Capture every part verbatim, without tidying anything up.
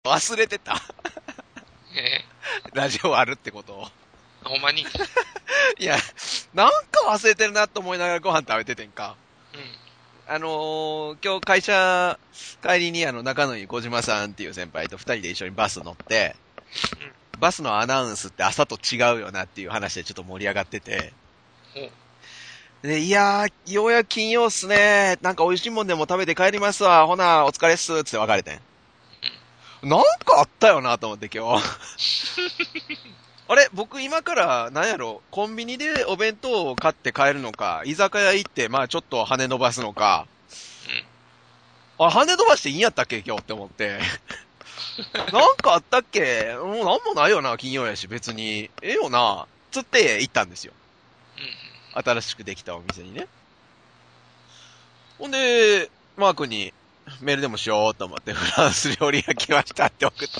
忘れてた。 えラジオあるってことを。 ー、ほんまに。 いや、なんか忘れてるなと思いながらご飯食べててんか。 うん。 あのー、今日会社帰りにあの仲のいい小島さんっていう先輩と二人で一緒にバス乗って、バスのアナウンスって朝と違うよなっていう話でちょっと盛り上がってて、 うん。 で、いやー、ようやく金曜っすね。なんか美味しいもんでも食べて帰りますわ。ほな、お疲れっす。つって別れてん。なんかあったよなと思って今日。あれ僕今から、なんやろ、コンビニでお弁当を買って帰るのか、居酒屋行って、まあちょっと羽伸ばすのか、あ、羽伸ばしていいんやったっけ今日って思って。なんかあったっけもうなんもないよな、金曜やし、別に。ええよな。つって行ったんですよ。新しくできたお店にね。ほんで、マークにメールでもしようと思って、フランス料理屋来ましたって送って。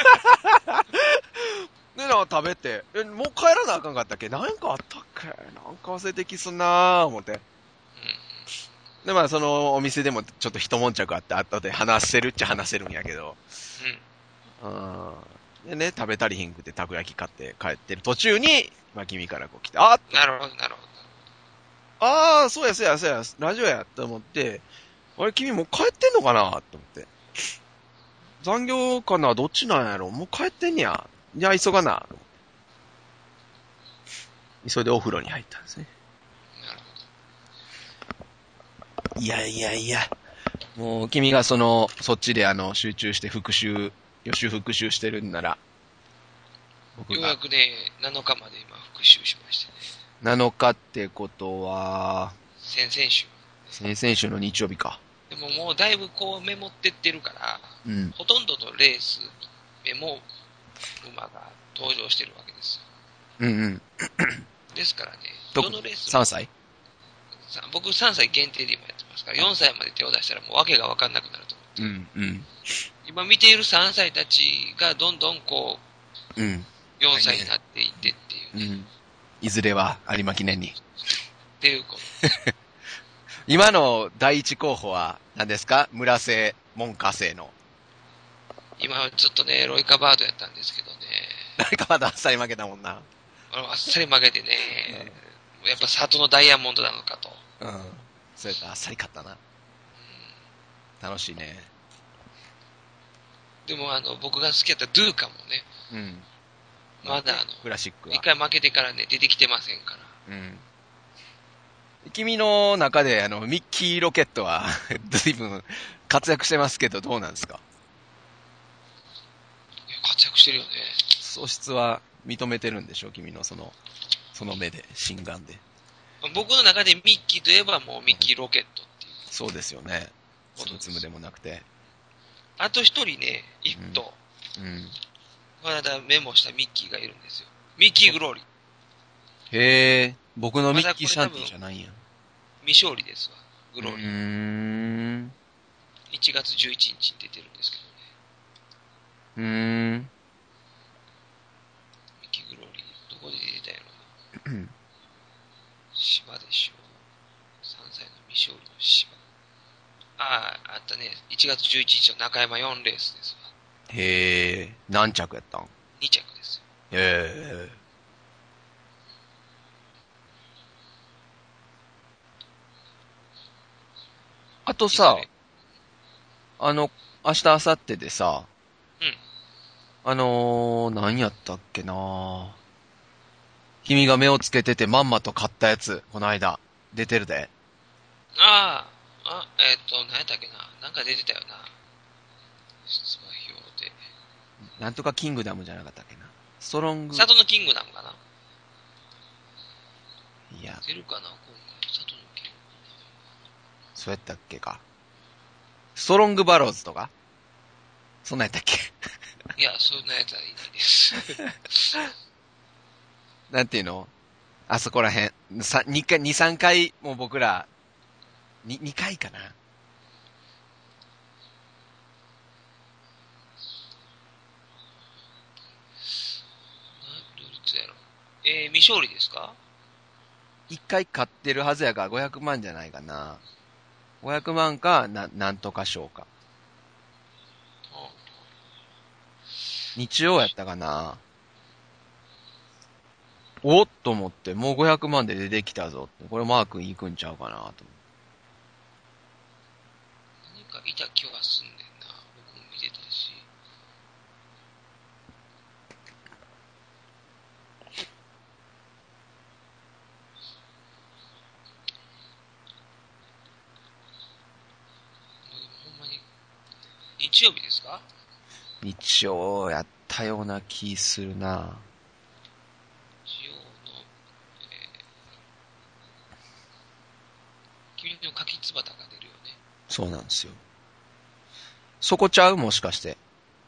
で、なんか食べて、え、もう帰らなあかんかったっけなんかあったっけなんか忘れてきすんなー思って。で、まあそのお店でもちょっと一悶着あって、後で話せるっちゃ話せるんやけど。うん。でね、食べたりひんくてたこ焼き買って帰ってる途中に、まあ君からこう来て、あなるほど、なるほど。 あー、そうやそうやそうや、ラジオやと思って、あれ君もう帰ってんのかなと思って。残業かなどっちなんやろもう帰ってんねや。じゃあ急がな。急いでお風呂に入ったんですね。 なるいやいやいや。もう君がその、そっちであの、集中して復習、予習復習してるんなら、僕が。 ようやくね、なのかまで今復習しましてね。 なのかってことは、 先々週。 先々週の日曜日か。 でももうだいぶこうメモってってるから、 うん。 ほとんどのレースにメモ馬が登場してるわけですよ。 うんうん。 ですからね、 とどのレースもさんさいさ僕さんさい限定で今やってますから、よんさいまで手を出したらもう訳が分かんなくなると思って。 うんうん。 今見ているさんさいたちがどんどんこう、 うん。 よんさいになっていってっていうね。 うん。いずれは有馬記念に。 っていうこと。 今の第一候補は何ですか村瀬門下生の。 今はちょっとね、ロイカバードやったんですけどね、 誰かまだあっさり負けたもんな。 あのあっさり負けてね、やっぱ里のダイヤモンドなのかと。 うん。そうやったあっさり勝ったな。楽しいね。 でもあの、僕が好きやったドゥーカもね、 うん。 まだあの、 クラシックは。 一回負けてからね、出てきてませんから。 うん。君の中であの、ミッキーロケットは、随分活躍してますけど、どうなんですか活躍してるよね。 素質は認めてるんでしょう君のその、その目で、心眼で。 僕の中でミッキーといえばもうミッキーロケットっていう。 そうですよね。つむつむでもなくて。 あと一人ね、一頭。 うん。 この間メモしたミッキーがいるんですよ。ミッキーグローリー。 へえ、僕のミッキーシャンティじゃないんや。 未勝利ですわ。グローリー。 うーん。 いちがつじゅういちにちに出てるんですけどね。 うーん。 ミッキーグローリー、どこで出てたやろな。芝でしょう。さんさいの未勝利の芝。ああ、あったね。いちがつじゅういちにちの中山よんレースですわ。 へえ、何着やったんにちゃくですよ。 へえ。あとさ、あの、明日、明後日でさ、 うん。 あのー、何やったっけな君が目をつけててまんまと買ったやつ、この間、出てるで。 ああ、あ、えっ、ー、と、何やったっけな。なんか出てたよな。出馬表で。 なんとかキングダムじゃなかったっけな。ストロング。 里のキングダムかな。 いや、 出るかな今回。里のキングそうやったっけか。ストロングバローズとかそんなんやったっけダム。いや、そんなやつはいないです。 なんていうのあそこらへん。さ、にかい、に、さんかい、もう僕ら、に、にかいかな。 な、どいつやろ。えー、未勝利ですか？ いっかい買ってるはずやからごひゃくまんじゃないかな。ごひゃくまんか、な、なんとか賞か。 日曜やったかな。おっと思って、もうごひゃくまんで出てきたぞって。これマー君行くんちゃうかなと思って。 何かいた気はすんねんな。僕も見てたし。ほんまに、日曜日ですか？ 日曜やったような気するな。 日曜の、えー、君の柿つばたが出るよね。 そうなんですよ。そこちゃうもしかして。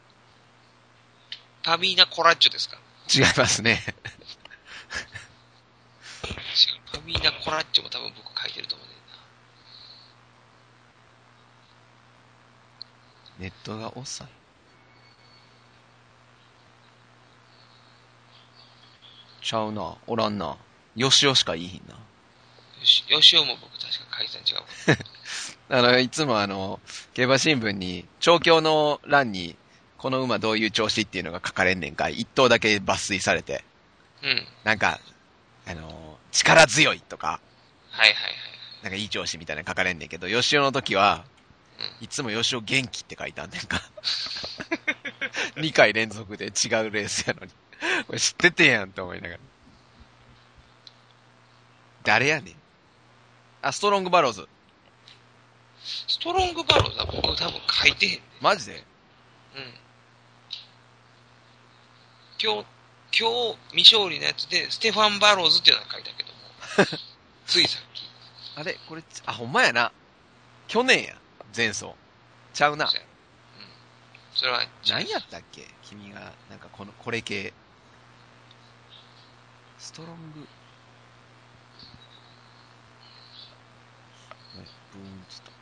パミーナ・コラッジョですか？ 違いますね。 違う。パミーナ・コラッジョも多分僕書いてると思うねんな。 ネットが遅い。ちゃうな。おらんな。よしおしかいいひんな。 よし、よしおも僕確か書いてたん違う。 あの、いつもあの、競馬新聞に、調教の欄に、この馬どういう調子っていうのが書かれんねんか、一頭だけ抜粋されて。 うん。 なんか、あの、力強いとか、 はいはいはい。 なんかいい調子みたいなの書かれんねんけど、吉尾の時は、 うん、 いつも吉尾元気って書いてあんねんか。にかい連続で違うレースやのに。これ知っててやんと思いながら。誰やねん。あ、ストロングバローズ。 ストロングバローズは僕多分書いてへんね。 マジで？ うん。今日、今日未勝利のやつで、ステファン・バローズっていうのは書いたけども。ついさっき。 あれこれ、あ、ほんまやな。去年や。前走。ちゃうな。 うん。それは、 何やったっけ君が、なんかこの、これ系。ストロング。ブーンズと。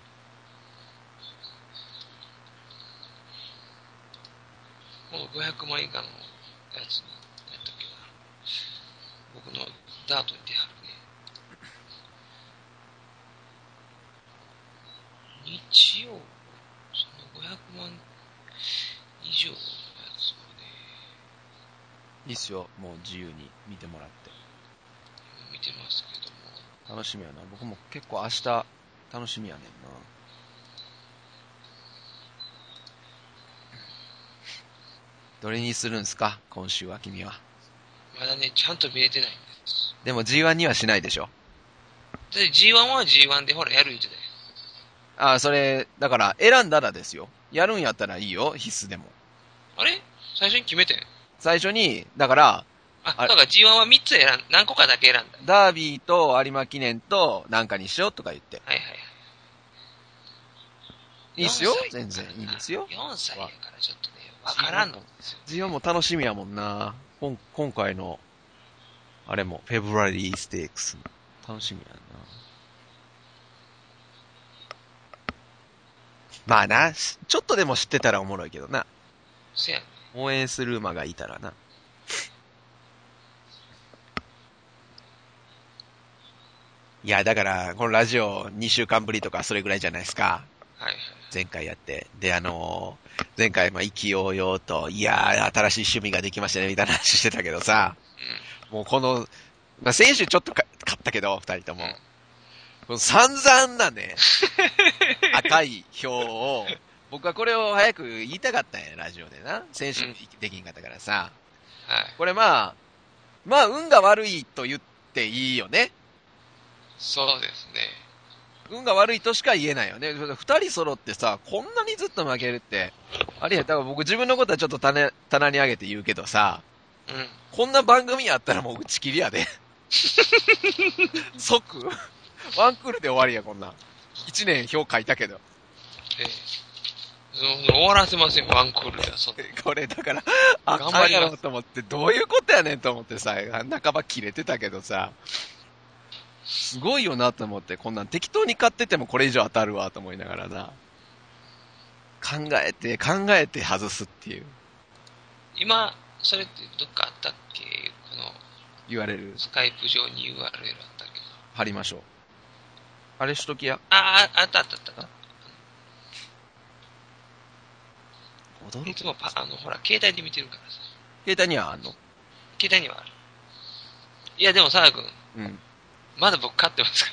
このごひゃくまん以下のやつにやったっけな。僕のダートに出はるね。日曜、そのごひゃくまん以上のやつをね、 いいっすよ。もう自由に見てもらって。 見てますけども。 楽しみやな。僕も結構明日、楽しみやねんな。どれにするんすか今週は君は。 まだね、ちゃんと見れてないんです。 でも ジーワン にはしないでしょ。 で ジーワン は ジーワン でほらやる言うてたよ。 ああ、それ、だから選んだらですよ。やるんやったらいいよ。必須でも。 あれ最初に決めてん？ 最初に、だから、 あ、 あだから ジーワン はみっつ選ん、何個かだけ選んだ。 ダービーと有馬記念となんかにしようとか言って。 はいはいはい。 いいっすよ。全然いいですよ。 よんさいやからちょっとね、わからんのですよ。 ジーワンも楽しみやもんな。今今回の、あれも、フェブラリーステークスも楽しみやな。まあな、ちょっとでも知ってたらおもろいけどな。 そやね。 応援する馬がいたらな。いや、だから、このラジオにしゅうかんぶりとかそれぐらいじゃないですか。 はいはい。 前回やって。で、あのー、前回、まあ、意気揚々と、いやー、新しい趣味ができましたね、みたいな話してたけどさ、うん、もうこの、まあ、先週ちょっとか勝ったけど、二人とも。うん、この散々なね、赤い票を、僕はこれを早く言いたかったんや、ラジオでな。先週できんかったからさ。 うん、はい。 これまあ、まあ、運が悪いと言っていいよね。 そうですね。 運が悪いとしか言えないよね。二人揃ってさ、こんなにずっと負けるって。あれや、多分僕自分のことはちょっと棚棚に上げて言うけどさ、 うん。 こんな番組やったらもう打ち切りやで。即ワンクールで終わりや、こんなん。一年表書いたけど。 ええ。そ終わらせません、ワンクールでは。そこれだから、あかんやろうと思って、どういうことやねんと思ってさ、半ば切れてたけどさ、すごいよなと思って、こんなん適当に買っててもこれ以上当たるわと思いながらな。考えて、考えて外すっていう。 今、それってどっかあったっけ？この、 言われる。 スカイプ上に ユーアールエル あったけど。 貼りましょう。あれしときや。 ああ、あったあったあった。 こ驚き。 いつもパ、あの、ほら、携帯で見てるからさ。 携帯にはあんの？ 携帯にはある。いや、でも、沢君。 うん。 まだ僕買ってますから。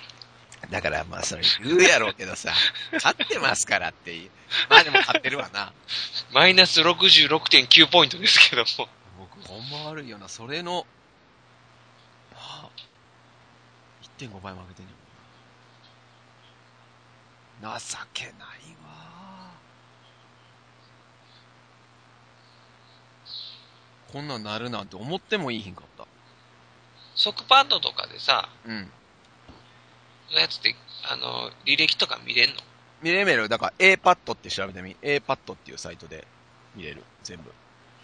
だから、まあ、それ言うやろうけどさ、買ってますからっていう。まあでも買ってるわな。 マイナス ろくじゅうろくてんきゅう ポイントですけども。 僕、ほんま悪いよな。それの、はあ、いってんごばい負けてんねん。情けないわ。こんなんなるなんて思ってもいいひんかった。 速パッドとかでさ、 うん。 のやつって、あの、履歴とか見れんの？ 見れる見れる。だから エーパッド って調べてみ。エーパッド っていうサイトで見れる。全部。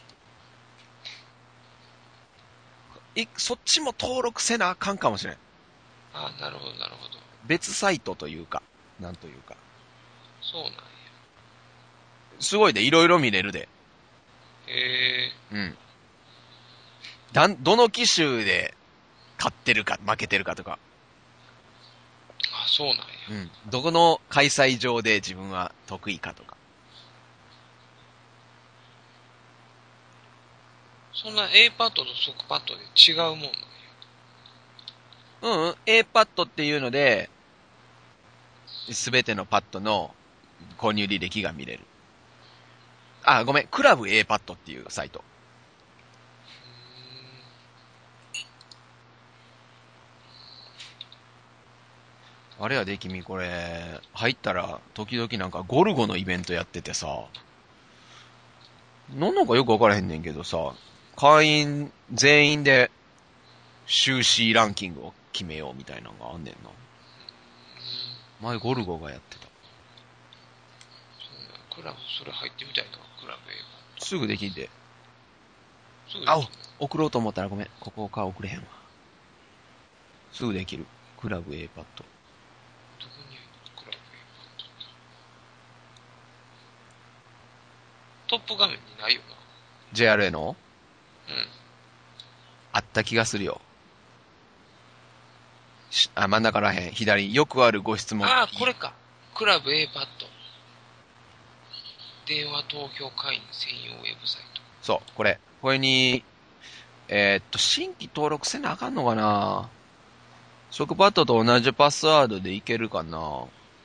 い、そっちも登録せなあかんかもしれん。 ああ、なるほど、なるほど。 別サイトというか、なんというか。 そうなんや。 すごいで、いろいろ見れるで。 へえ。 うん。だん、どの機種で勝ってるか、負けてるかとか。 あ、そうなんや。 うん。どこの開催場で自分は得意かとか。 そんな A パッドと速パッドで違うもんなんや。 うんうん。A パッドっていうので、すべてのパッドの購入履歴が見れる。あ、ごめん。クラブ A パッドっていうサイト。あれやで、君、これ、入ったら、時々なんかゴルゴのイベントやっててさ、なんなんかよくわからへんねんけどさ、会員全員で収支ランキングを決めようみたいなのがあんねんな。前ゴルゴがやってた。 そうなんや。クラブ、それ入ってみたいな。クラブ A パッすぐできんで。 ド。すぐできあるの？、 送ろうと思ったらごめん。ここから送れへんわ。すぐできる。クラブ A パッド。 どこにあるの？クラブ A パッド。トップ画面にないよな。 ジェイアールエー のうん。 あった気がするよ。あ、真ん中らへん。左。よくあるご質問。 ああ、これか。クラブ A パッド。電話投票会員専用ウェブサイト。 そう、これ。これに、えー、っと、新規登録せなあかんのかな？速パッドと同じパスワードでいけるかな？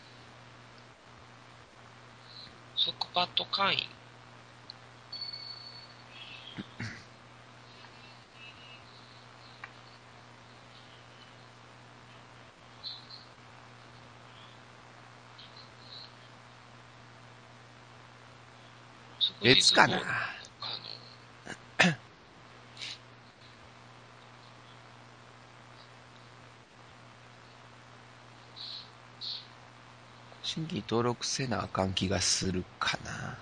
速パッド会員。 別かな？新規登録せなあかん気がするかな。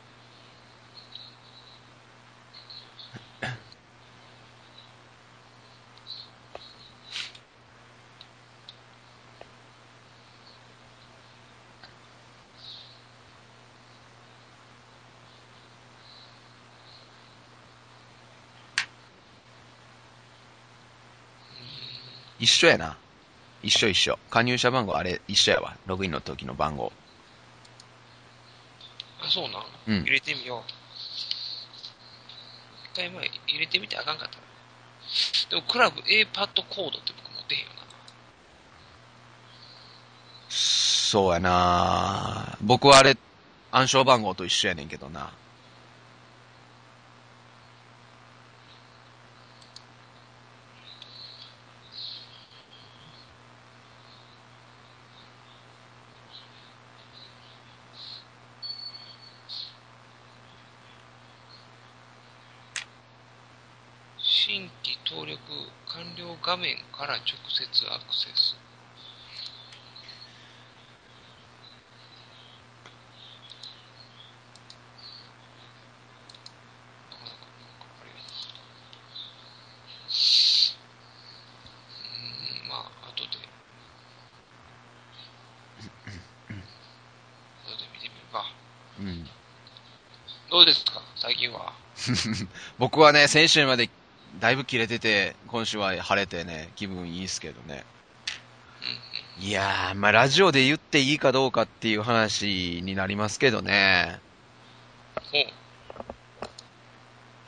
一緒やな。一緒一緒。加入者番号あれ一緒やわ。ログインの時の番号。 あ、そうなん。 うん入れてみよう。一回前入れてみてあかんかった。でもクラブ A パッドコードって僕持ってへんよな。 そうやな。僕はあれ、暗証番号と一緒やねんけどな。 新規登録完了画面から直接アクセス。なかなかあれやな。うーん、まあ、後で。後で見てみるか。 うん。 どうですか最近は。 僕はね、先週までだいぶ切れてて、今週は晴れてね、気分いいっすけどね。 うんうん。 いやー、まあラジオで言っていいかどうかっていう話になりますけどね。 ほう。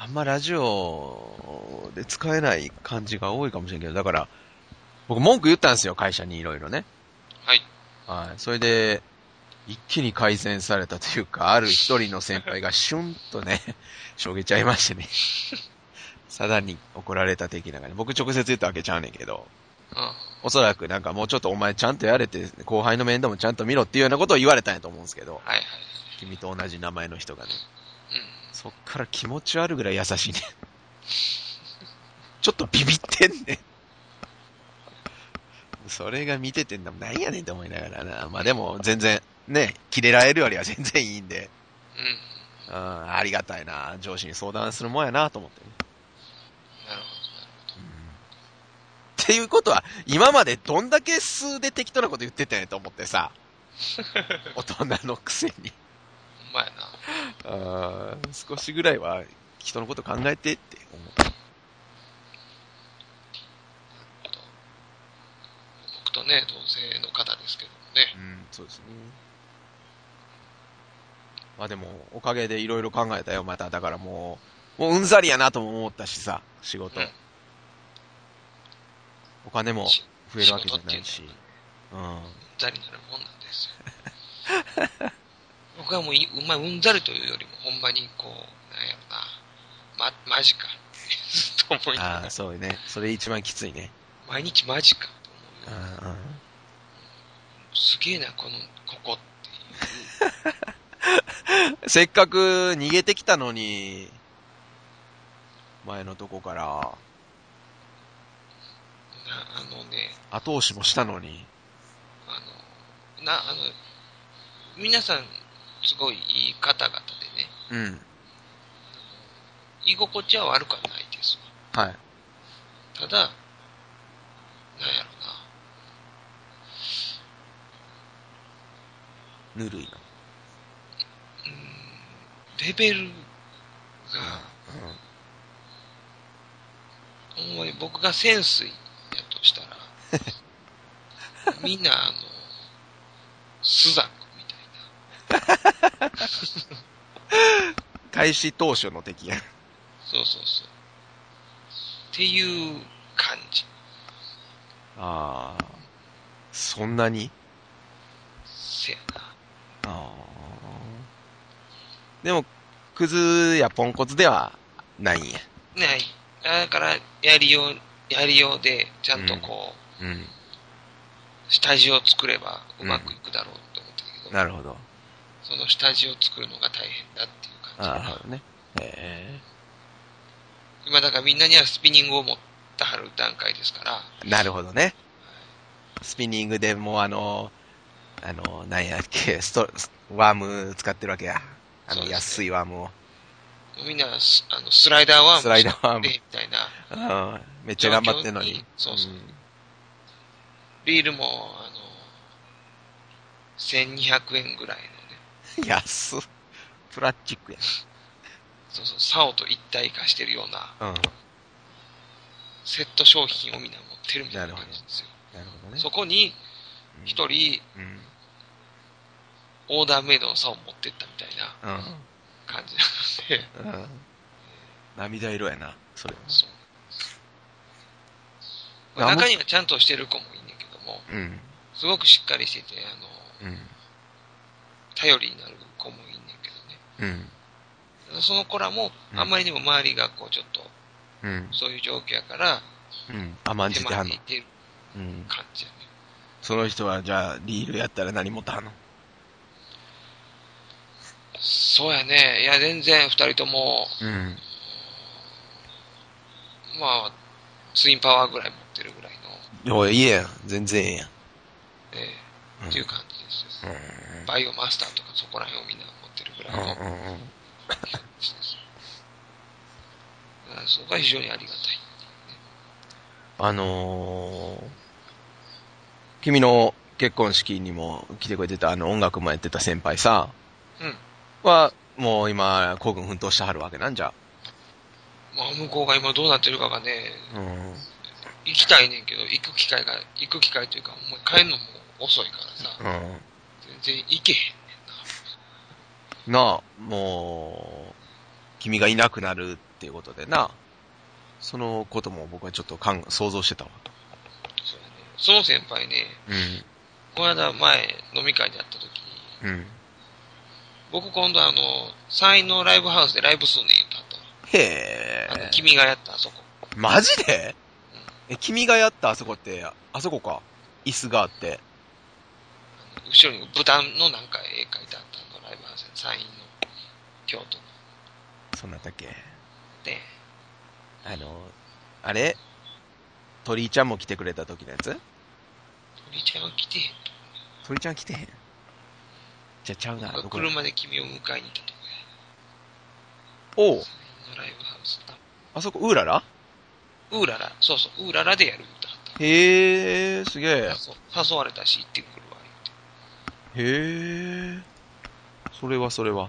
あんまラジオで使えない感じが多いかもしれんけど、だから、僕文句言ったんですよ、会社にいろいろね。 はい。 はい。それで、一気に改善されたというか、ある一人の先輩がシュンとね、しょげちゃいましてね。さらに怒られた的な感じ。僕直接言ったわけちゃうねんけど、 うん。 おそらくなんかもうちょっとお前ちゃんとやれて、後輩の面倒もちゃんと見ろっていうようなことを言われたんやと思うんですけど、 はいはい。 君と同じ名前の人がね。 うん。 そっから気持ち悪いぐらい優しいね。ちょっとビビってんねん。それが見ててんだもん、なんやねんって思いながらな。まあでも全然、ね、キレられるよりは全然いいんで、 うん。 うん、ありがたいな。上司に相談するもんやなと思ってね。 なるほっていうことは、今までどんだけ数で適当なこと言ってたんやと思ってさ、大人のくせに。 ど。ほんまやな。 あ少しぐらいは人のこと考えてって思った。 僕とね、同性の方ですけどもね。 うん、そうですね。まあでも、おかげでいろいろ考えたよ、また。だからもう、もううんざりやなとも思ったしさ、仕事。うん、お金も増えるわけじゃないし。うん。うんざりになるもんなんですよ。僕はもうい、うまい、うんざりというよりも、ほんまにこう、なんやろな、ま、マジかってずっと思いながら。 ああ、そうね。それ一番きついね。 毎日マジかと思うよ。 うんうん、 すげえな、この、ここっていう。 せっかく逃げてきたのに、前のとこから、なあのね、 後押しもしたのに。 あの、な、あの、皆さん、すごいいい方々でね。 うん。 居心地は悪くはないですわ。はい。 ただ、なんやろな。ぬるいな。 うーん、レベルが、うん、ほんまに僕が潜水やとしたら、みんな、あの、スザクみたいな。 開始当初の敵や。 そうそうそう。っていう感じ。 ああ。そんなにせやな。 ああ。でも、クズやポンコツではないんや。 ない。だから、やりよう、やりようで、ちゃんとこう、 うん。うん、 下地を作ればうまくいくだろうと思ったけど、 うん、なるほど。 その下地を作るのが大変だっていう感じ。 ああ、なるほどね。へえ。 今だからみんなにはスピニングを持ってはる段階ですから。 なるほどね。スピニングでもうあの、あの、なんやっけ、スト、ワーム使ってるわけや。あの、安いワームを。 みんな、あの、スライダーワームスライダーワーム。 みたいな。 うん。めっちゃ頑張ってんのに。 そうそう。うん、ビールも、あの、せんにひゃくえんぐらいのね。 安っ。プラスチックや。 そうそう、サオと一体化してるような、 うん。 セット商品をみんな持ってるみたいな感じですよ。 なるほどね。 そこに、一人、うんうん、オーダーメイドのサオを持ってったみたいな感じなので、うん、 涙色やな、それは。 そう。まあ、中にはちゃんとしてる子もいいんだけども、うん、すごくしっかりしてて、あの、うん、頼りになる子もいいんだけどね。うん、その子らも、あんまりにも周りがこうちょっと、うん、そういう状況やから、うん、甘んじてはんの。手間にいてる感じやね。 その人はじゃあリールやったら何持たんの？ そうやね。いや全然二人とも、うん、まあツインパワーぐらい持ってるぐらいの。 おい、いいやん。全然ええやん。 ええ、うん、っていう感じですよ、うん。バイオマスターとかそこら辺をみんな持ってるぐらいの感じです。だからそこが非常にありがたい。 あのー、君の結婚式にも来てくれてたあの音楽もやってた先輩さ、うん。は、もう今、孤軍奮闘してはるわけなんじゃ。 まあ向こうが今どうなってるかがね、うん、行きたいねんけど、行く機会が、行く機会というか、もう帰るのも遅いからさ、うん、全然行けへんねんな。 なあ、もう、 君がいなくなるっていうことでな。そのことも僕はちょっと考想像してたわ。 そうやね。その先輩ね、 うん。 この間前飲み会で会った時に、 うん。 僕今度あの、山陰のライブハウスでライブすんねん言うたったわ。 へあの、 え。 君がやったあそこ。 マジで？え、君がやったあそこって、あそこか。椅子があって。 あの後ろに豚のなんか絵描いてあったあのライブハウスで、山陰の京都の。 そんなんだっけ？ で、 あの、あれ鳥居ちゃんも来てくれた時のやつ？ 鳥ちゃんは来てへんと。 鳥ちゃん来てへん。じゃあちゃうな。 僕がどこ？ 車で君を迎えに行ったとおう。 こや。山陰のライブハウスだ。 あそこ、ウーララ？ ウーララ、そうそう、ウーララでやる言うたはった。 へえ、すげえ。 誘誘われたし行ってくるわ、言うて。 へえ。それはそれは。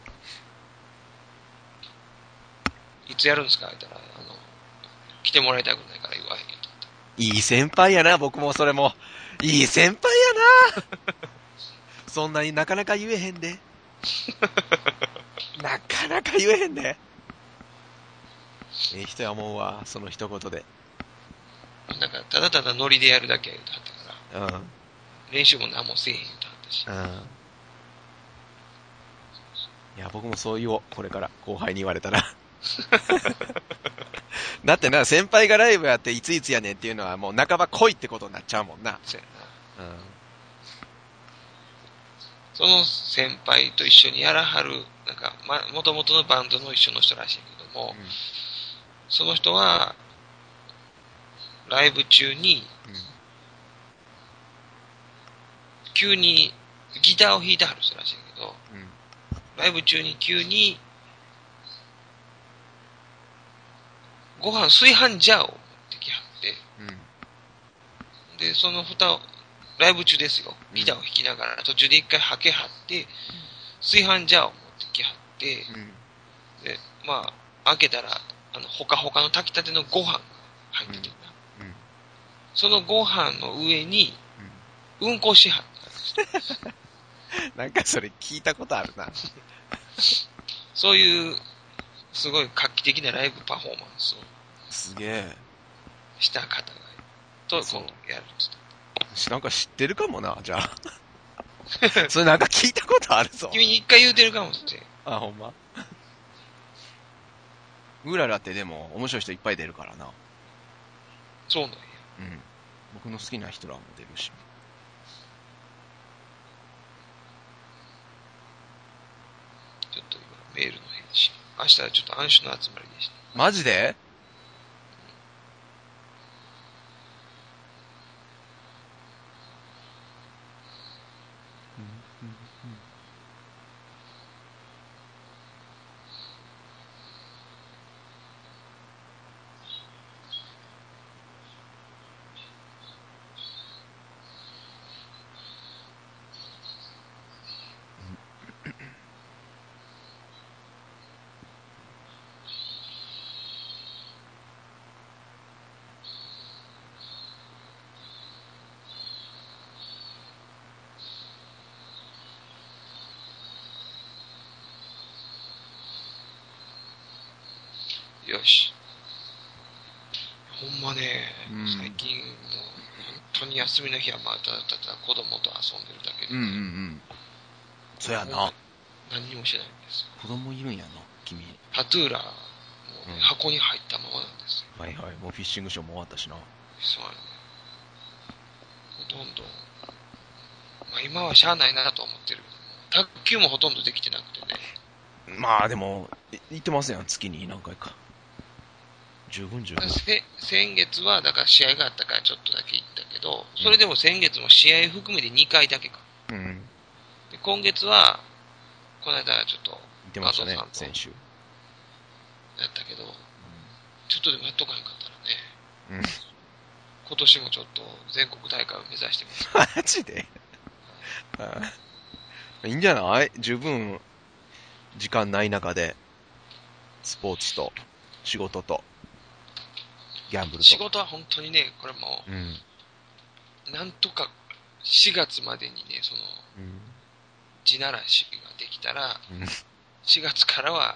いつやるんですか言ったら、あの、来てもらいたくないから言わへんけど。 いい先輩やな、僕もそれも。いい先輩やな。そんなになかなか言えへんで。なかなか言えへんで。ええ人やもんわ、その一言で。 なんか、ただただノリでやるだけ言うてはったから、 うん。 練習も何もせえへん言うてはったし。 うん。いや、僕もそう言おう。これから、後輩に言われたら。だってな、先輩がライブやっていついつやねんっていうのはもう半ば来いってことになっちゃうもんな。 そうやな。 うん。 その先輩と一緒にやらはる、なんか、ま、元々のバンドの一緒の人らしいけども、 うん、 その人は、ライブ中に、 うん、 急にギターを弾いてはる人らしいけど、 うん、 ライブ中に急に、ご飯、炊飯ジャーを持ってきはって、 うん。 で、その蓋を、ライブ中ですよ。ギターを弾きながら、途中で一回はけはって、炊飯ジャーを持ってきはって、 うん、 で、まあ、開けたら、あの、ほかほかの炊きたてのご飯が入っててんな。 うん、うん。 そのご飯の上に、うんこしはった。 なんかそれ聞いたことあるな。 そういう、すごい画期的なライブパフォーマンスをすげえ。 した方が、と、今度やるっつって。 なんか知ってるかもな、じゃあ。それなんか聞いたことあるぞ。 君に一回言うてるかもしれん。 あ、ほんま。うららってでも面白い人いっぱい出るからな。 そうなんや。 うん。僕の好きな人らも出るし。 ちょっと今、メールの返信。明日はちょっと暗種の集まりでした。 マジで？ よし。ほんまね、 うん、 最近もう本当に休みの日はまたただ子供と遊んでるだけで、 うんうんうん。そやな。 何にもしてないんですよ。 子供いるんやな、君。 パトゥーラーもう、ねうん、 箱に入ったままなんですよ。 はいはい。もうフィッシングショーも終わったしな。 そうやね。ほとんど、まあ今はしゃあないなと思ってる。卓球もほとんどできてなくてね。 まあでも、行ってますやん、月に何回か。十分十分。 せ先月はだから試合があったからちょっとだけ行ったけど、それでも先月も試合含めてにかいだけか。 うん。 で今月は、この間ちょっと、 行ってましたね加藤、さん先週。 とやったけど、ちょっとでもやっとかへんかったらね、 うん。 今年もちょっと全国大会を目指してます。 マジで？ああ、いいんじゃない？十分、時間ない中で、スポーツと、仕事と、ギャンブルと。 仕事は本当にね、これもうん。 う、なんとかしがつまでにね、その、 うん。 地ならしができたら、 うん。 しがつからは、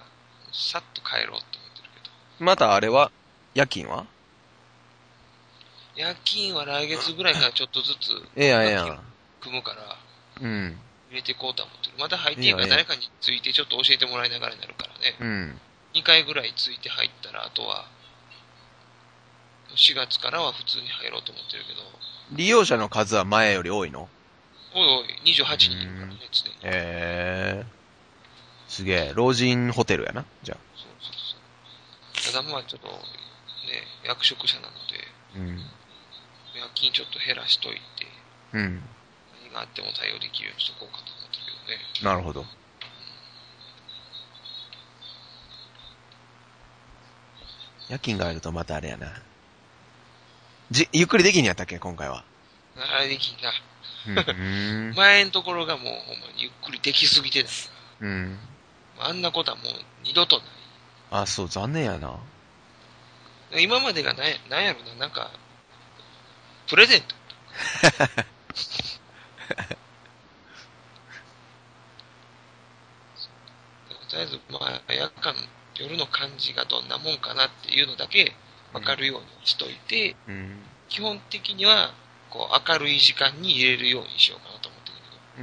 さっと帰ろうって思ってるけど。 またあれは夜勤は夜勤は来月ぐらいからちょっとずつ、 ええやんええやん。 組むから、 うん。 入れていこうと思ってる。まだ入っていいから誰かについてちょっと教えてもらいながらになるからね。 うん。 にかいぐらいついて入ったら、あとは、しがつからは普通に入ろうと思ってるけど。 利用者の数は前より多いの？ おいおい、にじゅうはちにんいるからね、常に。 へえ。すげえ。老人ホテルやな、じゃあ。 そうそうそう。ただまあちょっと、ね、役職者なので、 うん。 夜勤ちょっと減らしといて、 うん。 何があっても対応できるようにしとこうかと思ってるけどね。 なるほど。夜勤があるとまたあれやな。じ、ゆっくりできんやったっけ、今回は。 あれできんな。 うん。 前のところがもうほんまにゆっくりできすぎてない。 うん。 あんなことはもう二度とない。 あ、そう、残念やな。 今までがなんや、なんやろな、なんか、プレゼント。とりあえず、まあ、夜間、夜の感じがどんなもんかなっていうのだけ分かるようにしといて、 うん。 基本的には、こう、明るい時間に入れるようにしようかなと思ってるけど。 うん。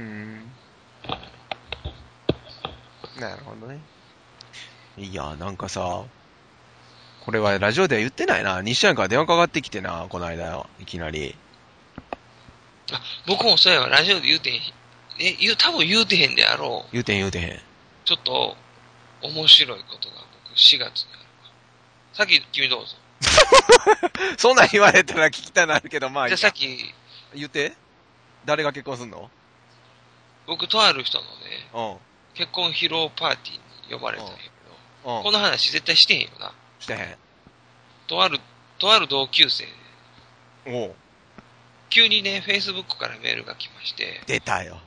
なるほどね。いや、なんかさ、これはラジオでは言ってないな。西ちゃんから電話かかってきてな、この間、いきなり。 あ、僕もそうやわ、ラジオで言うてへん。え、言う、多分言うてへんであろう。 言うてん言うてへん。 ちょっと、面白いことが僕しがつにある。さっき、君どうぞ。 そんなん言われたら聞きたなるけど、まあいいや。 じゃあさっき、 言って。誰が結婚すんの？ 僕とある人のね、 うん。 結婚披露パーティーに呼ばれたんやけど、 うん。 この話絶対してへんよな。 してへん。 とある、とある同級生、 おう。 急にね、Facebook からメールが来まして、 出たよ。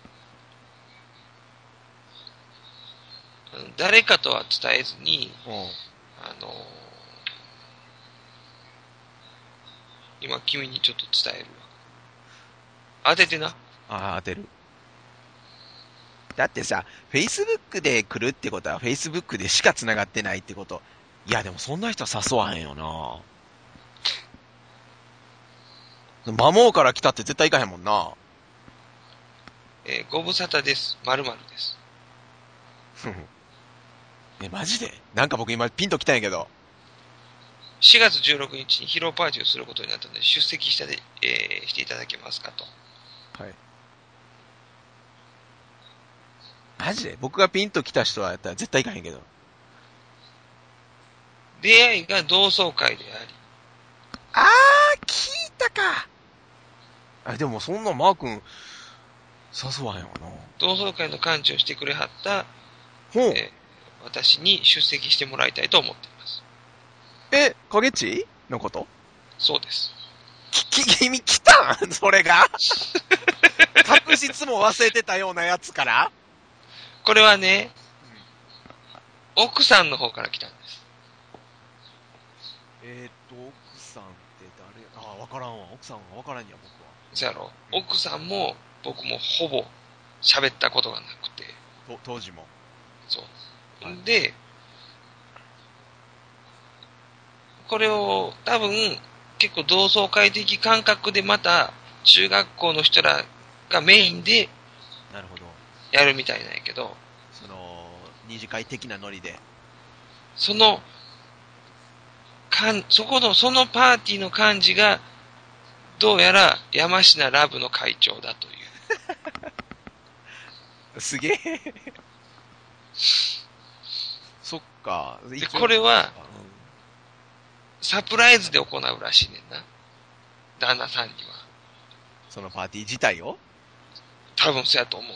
誰かとは伝えずに、 うん。 あのー、今君にちょっと伝えるわ。当ててな。 ああ、当てる。だってさ、Facebook で来るってことは Facebook でしか繋がってないってこと。いや、でもそんな人は誘わへんよな。マモーから来たって絶対行かへんもんな。 えーご無沙汰です。〇〇です。 え、マジでなんか僕今ピンと来たんやけど。 しがつじゅうろくにちに披露パーティーをすることになったので、出席したで、えーしていただけますかと。 はい。マジで僕がピンと来た人はやったら絶対行かへんけど。 出会いが同窓会であり。 あー、聞いたか。あ、でもそんなマー君、誘わへんわな。 同窓会の幹事をしてくれはった、 ほう。 えー私に出席してもらいたいと思っています。 え、影地のこと？ そうです。 き、き、君来たんそれが確実も忘れてたようなやつから。 これはね、うん、奥さんの方から来たんです。 えーっと、奥さんって誰や？あ、わからんわ。奥さんはわからんや、僕は。 そやろ。奥さんも僕もほぼ喋ったことがなくて。 と、当時も。 そう。で、これを多分結構同窓会的感覚でまた中学校の人らがメインでなるほど。 やるみたいなんやけど、 その、二次会的なノリで。 その、かん、そこの、そのパーティーの幹事が、どうやら山科ラブの会長だという。 すげえ。そっか。 で、これは、サプライズで行うらしいねんな。旦那さんには。 そのパーティー自体を？ 多分そうやと思うね。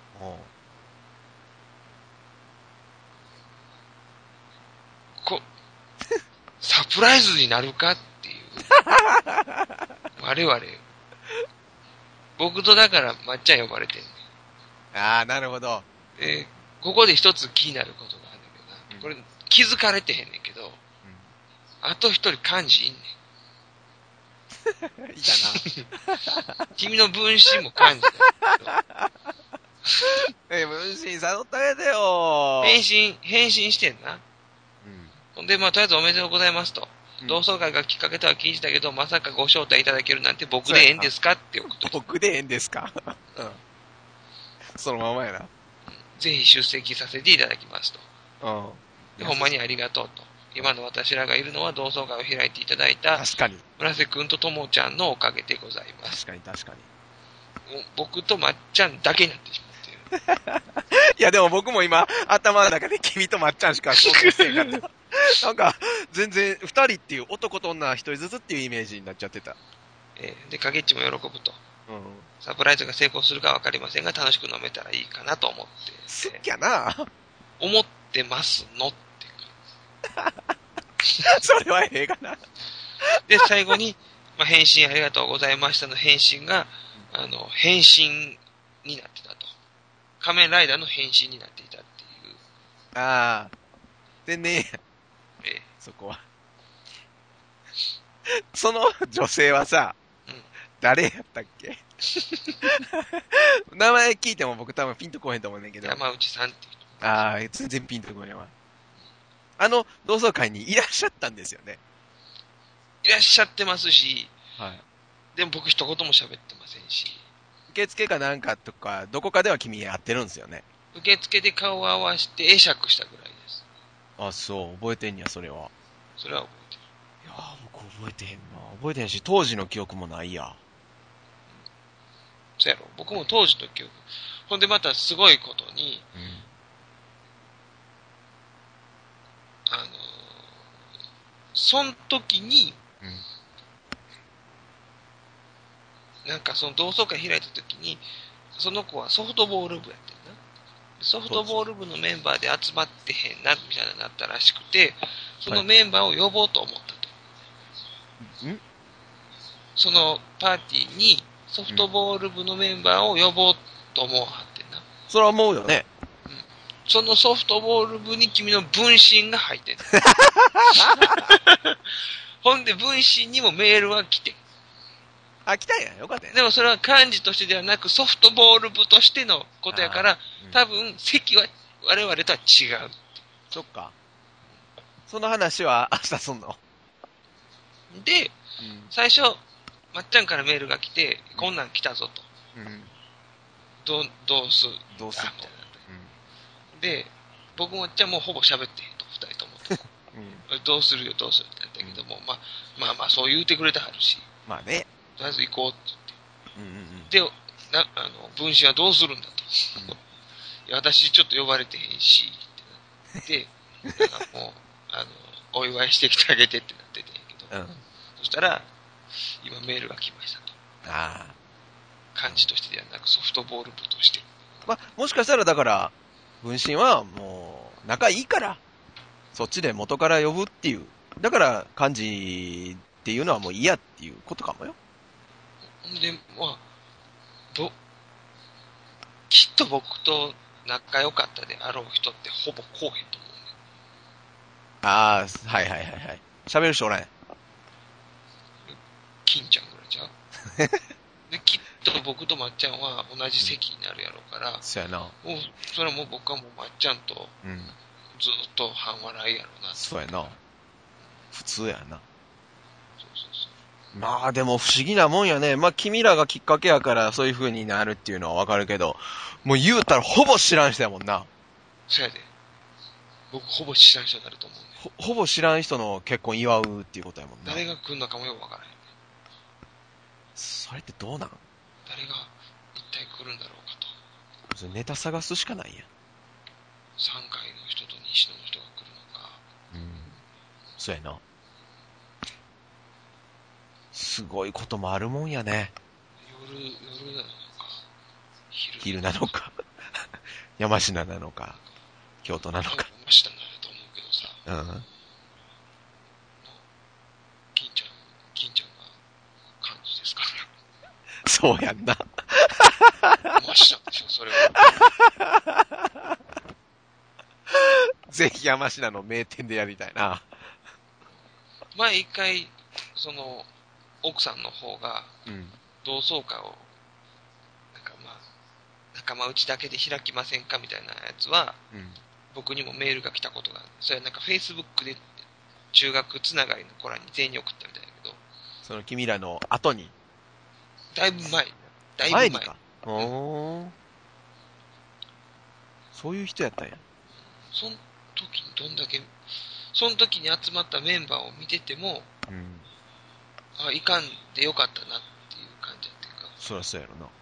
こ、サプライズになるかっていう。我々。僕とだからまっちゃん呼ばれてんねん。ああ、なるほど。 で、ここで一つ気になることがあるんだけどな。これ気づかれてへんねんけど、うん、あと一人幹事いんねん。 いたな。 君の分身も幹事だけど、 え、分身誘ってあげてよ。 返信、返信してんな。 うん。 ほんで、まあ、とりあえずおめでとうございますと。 うん、 同窓会がきっかけとは聞いてたけど、まさかご招待いただけるなんて僕でええんですかって送っといて。 僕でええんですかうん。そのままやな。 ぜひ出席させていただきますと。 うん。 でほんまにありがとうと。今の私らがいるのは同窓会を開いていただいた、 確かに。 村瀬くんとともちゃんのおかげでございます。 確かに確かに。 僕とまっちゃんだけになってしまっている。 いやでも僕も今、頭の中で君とまっちゃんしか想像してんかった。なんか、全然、二人っていう男と女一人ずつっていうイメージになっちゃってた。 えー、で、影っちも喜ぶと。 うん。 サプライズが成功するかわかりませんが、楽しく飲めたらいいかなと思って。 好きやな。 思ってますのってそれはええがな。 で、最後に、まあ、返信ありがとうございましたの返信が、あの、返信になってたと。仮面ライダーの返信になっていたっていう。 ああ。でね、 えー、 そこは。その女性はさ、 うん、 誰やったっけ名前聞いても僕多分ピンとこへんと思うねんけど。 山内さんっていう人。ああ、全然ピンとこへんわ。あの同窓会にいらっしゃったんですよね。 いらっしゃってますし、 はい。 でも僕一言も喋ってませんし。 受付かなんかとか、どこかでは君会ってるんですよね。 受付で顔を合わせて会釈したぐらいです。 あ、そう、覚えてんや、それは。 それは覚えてる。 いやー、僕覚えてへんな。覚えてへんし、当時の記憶もないや。 そうやろ。僕も当時の記憶。ほんでまたすごいことに、 うん。 あのー、その時に、うん、なんかその同窓会開いた時に、その子はソフトボール部やってんな。ソフトボール部のメンバーで集まってへんな、みたいになったらしくて、そのメンバーを呼ぼうと思ったと。 はい、んそのパーティーにソフトボール部のメンバーを呼ぼうと思うはってんな。 それは思うよね。 うん。そのソフトボール部に君の分身が入ってんの。ほんで分身にもメールは来てん。 あ、来たんや。よかったやん。 でもそれは幹事としてではなくソフトボール部としてのことやから、うん、多分席は我々とは違う。 そっか。その話は明日すんの？ で、うん、最初、まっちゃんからメールが来て、 うん、 こんなん来たぞと。うん、どう、どうすどうすると。 みたいな、うん。で、僕もじゃあもうほぼ喋ってへんと、二人ともと。うん、どうするよ、どうするって言ったけども、うん、まあ、まあまあそう言うてくれてはるし。 まあね。 とりあえず行こうって言って。 うんうんうん、 で、な、あの、分子はどうするんだと。うん、いや、私ちょっと呼ばれてへんし、ってなって、なんかもう、あの、お祝いしてきてあげてってなっててんやけど、うん、そしたら、今メールが来ましたと。ああ。幹事としてではなくソフトボール部として。 まあ、もしかしたらだから、分身はもう、仲いいから、そっちで元から呼ぶっていう。だから、漢字っていうのはもう嫌っていうことかもよ。 ほんで、まあ、ど、きっと僕と仲良かったであろう人ってほぼこうへんと思うね。 ああ、はいはいはいはい。喋る人おらん。 金ちゃんぐらいちゃうで、きっと僕とまっちゃんは同じ席になるやろうから、うん、 そうやな。 もう、それはもう僕はもうまっちゃんと、ずっと半笑いやろうな、うん。 そうやな。普通やな。そうそうそう。 まあでも不思議なもんやね。まあ君らがきっかけやからそういう風になるっていうのはわかるけど、もう言うたらほぼ知らん人やもんな。 そうやで。僕ほぼ知らん人になると思うね。 ほ、ほぼ知らん人の結婚祝うっていうことやもんな。 誰が来んのかもよくわからへん。 それってどうなん？ 誰が一体来るんだろうかと。 それネタ探すしかないやん。 さんかいの人と西野の人が来るのか。 うん。そうやな。すごいこともあるもんやね。 夜、夜なのか、昼, 昼なのか、山科なのか、京都なのか。 山科なのと思うけどさ。うん。金ちゃん、金ちゃんが幹事ですから。 そうやんな。 山科でしょ、それは。 ぜひ山科の名店でやりたいな。 前一回、その、奥さんの方が、同窓会を、なんかまあ、なん仲間内だけで開きませんかみたいなやつは、 うん。 僕にもメールが来たことがある。それはなんか Facebook で中学つながりの子らに全員に送ったみたいだけど、 その君らの後に。 だいぶ前。だいぶ前。 前にか。おー。そういう人やったんや。 その時にどんだけ、その時に集まったメンバーを見てても、 うん。 あ、いかんでよかったなっていう感じっていうか。 そりゃそうやろな。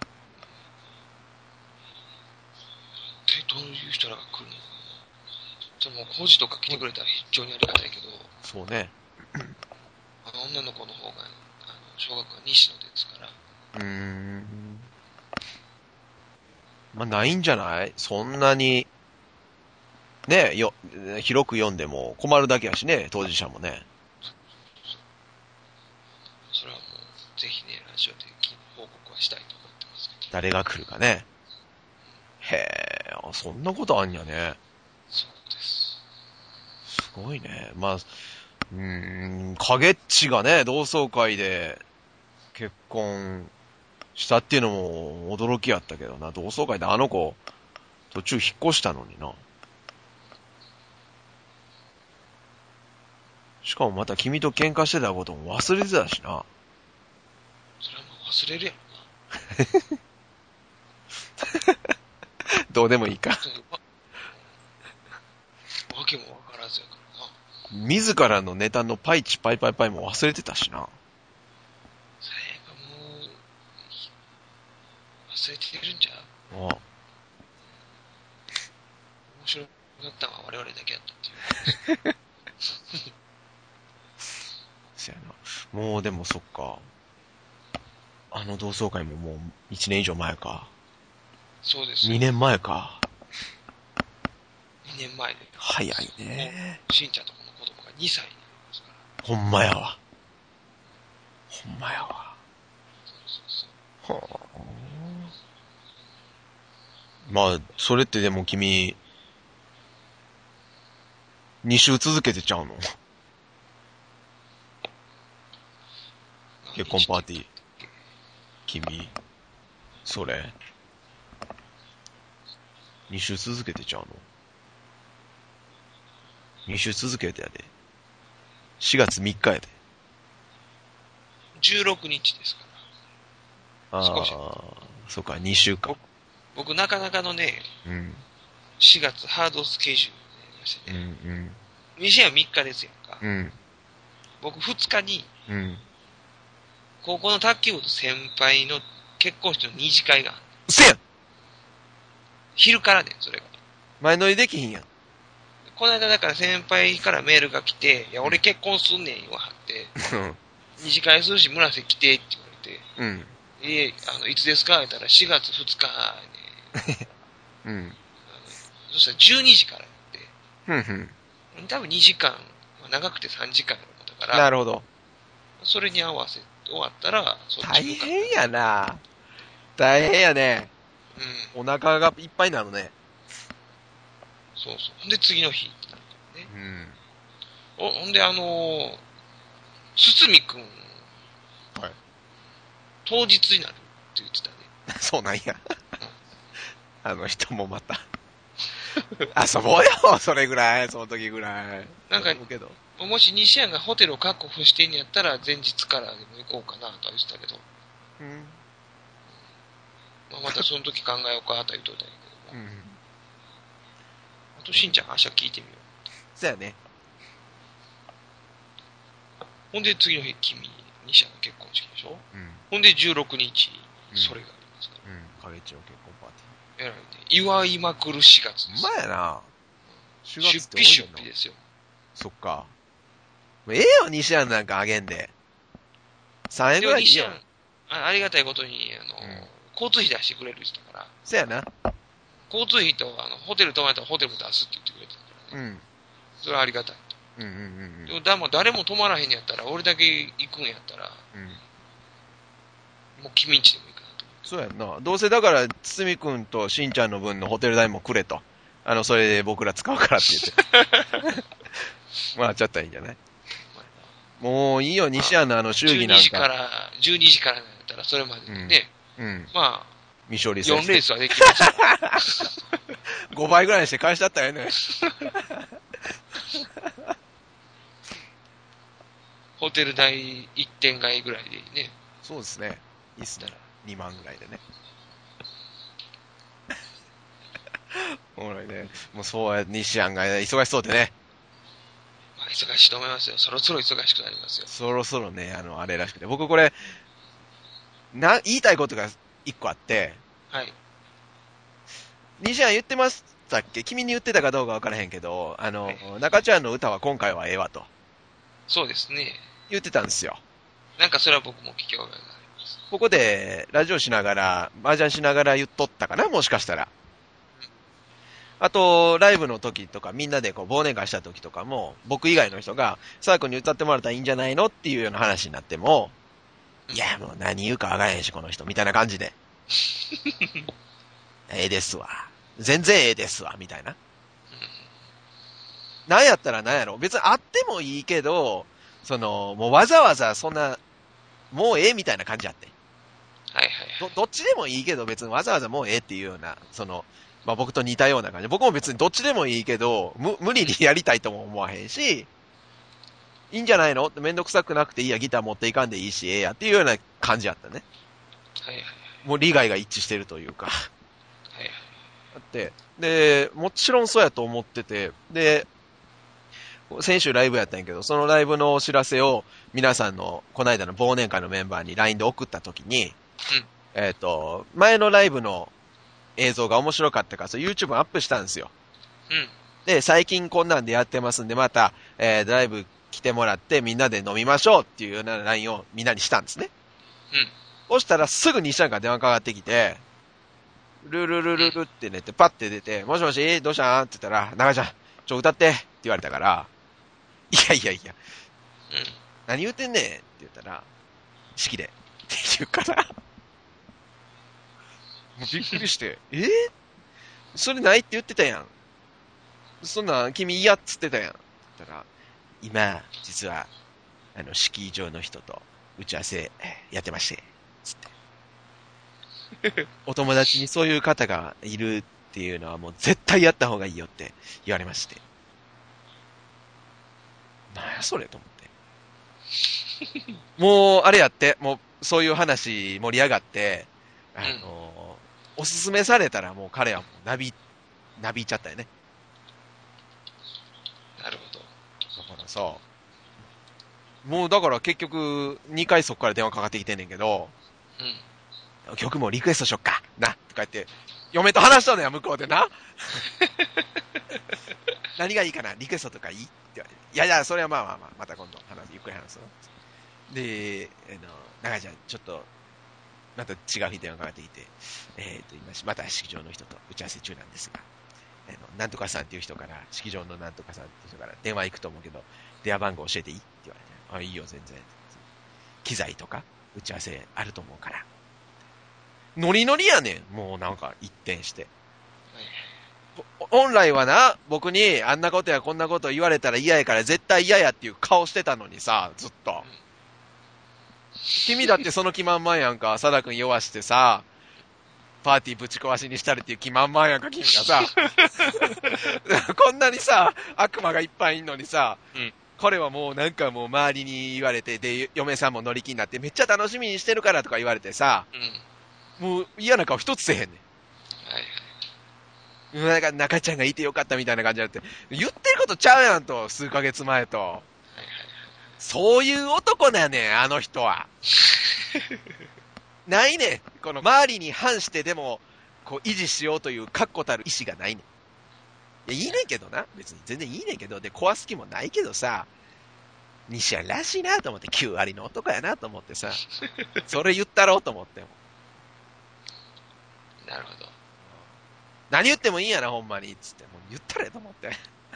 で、どういう人らが来るのかな。その工事とか来てくれたら非常にありがたいけど、 そうね。 あの女の子の方が、あの小学校は西野ですから。 うーん。まあ、ないんじゃないそんなに、ね、よ、広く読んでも困るだけやしね、当事者もね。 それはもう、ぜひね、ラジオで報告はしたいと思ってますけど。 誰が来るかね。へえ、あそんなことあんやね。 そうです。 すごいね。まあ、うーん、影っちがね、同窓会で結婚したっていうのも驚きやったけどな。同窓会であの子、途中引っ越したのにな。しかもまた君と喧嘩してたことも忘れてたしな。 それはもう忘れるやろな。 どうでもいいか。 わわけもわからずやからな。 自らのネタのパイチパイパイパイも忘れてたしな。 それがもう、忘れてるんじゃう。 ああ、 面白かったのは我々だけやったっていう。 そやな。もうでもそっか。あの同窓会ももういちねん以上前か。 そうです。 にねんまえか。 にねんまえで。 早いね。 しんちゃんとこの子供がにさいになりますから。 ほんまやわ。ほんまやわ。 そうそうそう。 はあ。まあ、それってでも君、に週続けてちゃうの結婚パーティー。君、それ。に週続けてちゃうの ?に 週続けてやで。しがつみっかやで。 じゅうろくにちですから。 あ少しあ、そっか、に週か。 僕なかなかのね、 うん。 しがつハードスケジュールになりましてうん、 ね。 うん。 に試合みっかですやんか。 うん。 僕ふつかに、 うん。 高校の卓球部の先輩の結婚式の二次会がある。 せやん昼からね、それが。 前乗りできひんやん。 この間だから先輩からメールが来て、いや、俺結婚すんねん言わはって、二次会するし村瀬来てって言われて、 うん。 ええ、あの、いつですか言ったらしがつふつかね。 うん。 あのそしたらじゅうにじからやって、 ふんふん。 多分にじかん、まあ長くてさんじかんやったから、 なるほど。 それに合わせ、終わったら、そっち大向か変やな。大変やね。 うん。 お腹がいっぱいになるね。 そうそう。ほんで次の日ってなるからね。 うん。 おほんであのー、すつみくん、 はい。 当日になるって言ってたね。 そうなんや。あの人もまた。遊ぼうよ、それぐらい。その時ぐらい。 なんか思うけど。 もし西山がホテルを確保してんやったら前日からでも行こうかなとは言ってたけど、 うん。 まあ、またその時考えようかとは言っといたんやけども、 うん。 あとしんちゃん明日聞いてみよそうやね。 う。ほんで次の日君、西山の結婚式でしょ。 うん。 ほんでじゅうろくにちうんそれがありますから。 うん。影地の結婚パーテえらいね。祝いまくるしがつィー。 です。 うまやな。しがつって出費出多いの費ですよ。 そっか。ええよ、西安なんかあげんで。さんえんぐらいでいいよ。 西山あありがたいことに、あの、 うん交通費出してくれる人だから、 そやな。 交通費とあのホテル泊まったらホテルも出すって言ってくれてたからね。 うん。 それはありがたい。 うんうんうんでもだも誰も泊まらへんやったら、俺だけ行くんやったら、 うん。うん。 もう君んちでもいいかなと思そうやんな。どうせだから、つつみくんとしんちゃんの分のホテル代もくれと。あの、それで僕ら使うからって言って。まあ、ちゃったらいいんじゃないもういいよ、西安のあの、 う。 祝儀 12 なんか。 時から、じゅうにじからなんやったら、それまでにね、 うん。 まあ、 未勝利よんレースはできました。 ごばいぐらいにして返しちゃったよね。 ホテル代いってん買いぐらいでね。 そうですね。いいっすね。にまんぐらいでね。おもろいね。もうそうや、西安が忙しそうでね。 まあ、忙しいと思いますよ。そろそろ忙しくなりますよ。 そろそろね、あの、あれらしくて。僕これ、な、言いたいことが一個あって。 はい。 西安言ってましたっけ？君に言ってたかどうかわからへんけど、あの、 はい、 中ちゃんの歌は今回はええわと。 そうですね。 言ってたんですよ。 なんかそれは僕も聞き覚えがあります。 ここで、ラジオしながら、麻雀しながら言っとったかな、もしかしたら。あと、ライブの時とか、みんなでこう忘年会した時とかも、僕以外の人が、サークルに歌ってもらったらいいんじゃないのっていうような話になっても、いや、もう何言うかわからへんし、この人、みたいな感じで。ええですわ。全然ええですわ、みたいな。なんやったらなんやろ。別にあってもいいけど、その、もうわざわざそんな、もうええみたいな感じやって。 はいはいど、どっちでもいいけど、別にわざわざもうええっていうような、その、まあ僕と似たような感じ。僕も別にどっちでもいいけど、む、無理にやりたいとも思わへんし、いいんじゃないのってめんどくさくなくていいや、ギター持っていかんでいいし、ええやっていうような感じやったね。 はいはい。 もう利害が一致してるというか。 はいはい。 だって、で、もちろんそうやと思ってて、で、先週ライブやったんやけど、そのライブのお知らせを皆さんの、この間の忘年会のメンバーに ライン で送った時に、うん、えっ、ー、と、前のライブの映像が面白かったから、それ YouTube アップしたんですよ。 うん。 で、最近こんなんでやってますんで、また、えー、ライブ来てもらってみんなで飲みましょうっていうような ライン をみんなにしたんですね。 うん。 そしたらすぐ西ちゃんから電話かかってきて、ルルルルルって寝てパッて出て、もしもしどうしたんって言ったら、中ちゃん、ちょ歌ってって言われたから、いやいやいや、うん、何言うてんねんって言ったら、式でって言うから、もうびっくりして、えー、それないって言ってたやん。そんなん君嫌っつってたやん。って言ったら、今、実は、あの、式場の人と打ち合わせやってまして、つって。お友達にそういう方がいるっていうのはもう絶対やった方がいいよって言われまして。なんやそれと思って。もう、あれやって、もう、そういう話盛り上がって、あの、うん、おすすめされたらもう彼はもうなび、なびいちゃったよね。 なるほど。 だからさ、もうだから結局、にかいそこから電話かかってきてんねんけど、うん、曲もリクエストしよっか、な、とか言って、嫁と話したのよ、向こうでな。何がいいかな、リクエストとかいいって言われて。いやいや、それはまあまあまあ、また今度話、ゆっくり話すわ。で、あの、中ちゃん、ちょっと、また違う日電話かかってきて、えっ、ー、と、今、また式場の人と打ち合わせ中なんですが、あの、なんとかさんっていう人から、式場のなんとかさんっていう人から電話行くと思うけど、電話番号教えていいって言われて、あ、いいよ、全然。機材とか、打ち合わせあると思うから。ノリノリやねん。もうなんか一転して。本来はな、僕にあんなことやこんなこと言われたら嫌やから絶対嫌やっていう顔してたのにさ、ずっと。君だってその気満々やんか、佐田くん弱してさ、パーティーぶち壊しにしたりっていう気満々やんか、君がさ。こんなにさ、悪魔がいっぱいいんのにさ、うん、彼はもうなんかもう周りに言われて、で、嫁さんも乗り気になってめっちゃ楽しみにしてるからとか言われてさ、うん、もう嫌な顔一つせえへんねん。はいはい。なんか中ちゃんがいてよかったみたいな感じになって、言ってることちゃうやんと、数ヶ月前と。はいはいはい、そういう男なんやねん、あの人は。ないねん。この周りに反してでも、こう維持しようという確固たる意志がないねん。いや、いいねんけどな。別に全然いいねんけど、で、壊す気もないけどさ、西谷らしいなと思って、きゅう割の男やなと思ってさ、それ言ったろうと思っても。 なるほど。 何言ってもいいんやな、ほんまに。つって、もう言ったれと思って。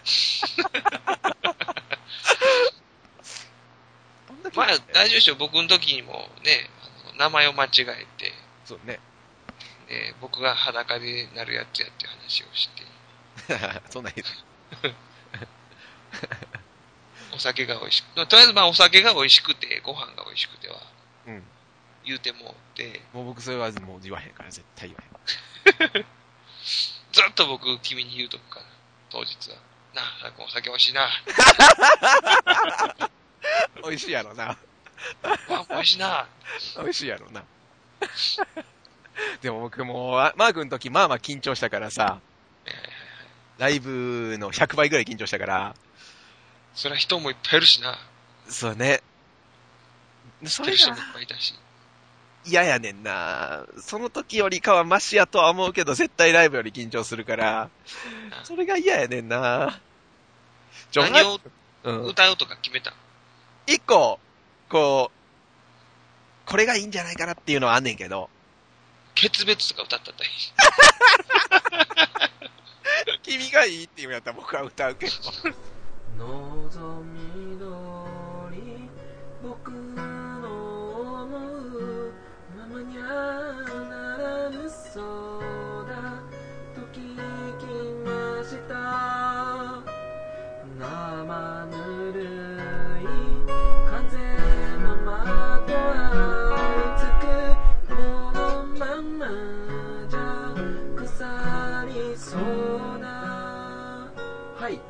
まあ、大丈夫でしょ。僕の時にもね、あの名前を間違えて、 そうね。 で、僕が裸でなるやつやって話をして。 そんな言う。 お酒が美味しく、とりあえずまあお酒が美味しくて、ご飯が美味しくては。うん。 言うてもってもう僕それはもう言わへんから絶対言わへんずっと僕君に言うとくから当日はなあお酒美味しいな美味しいやろなわ美味しいな美味しいやろなでも僕もマークの時まあまあ緊張したからさ、えー、ライブのひゃくばいぐらい緊張したからそりゃ人もいっぱいいるしなそうねそれ人もいっぱいいたし嫌やねんなその時よりかはマシやとは思うけど絶対ライブより緊張するからそれが嫌やねんな何を歌うとか決めた、うん、 一個こうこれがいいんじゃないかなっていうのはあんねんけど決別とか歌ったったらいい君がいいって言うんやったら僕は歌うけど望みどおり僕の思うままにゃならぬそうだと聞きました生ぬるい風のまとわいつくこのままじゃ腐りそうだはい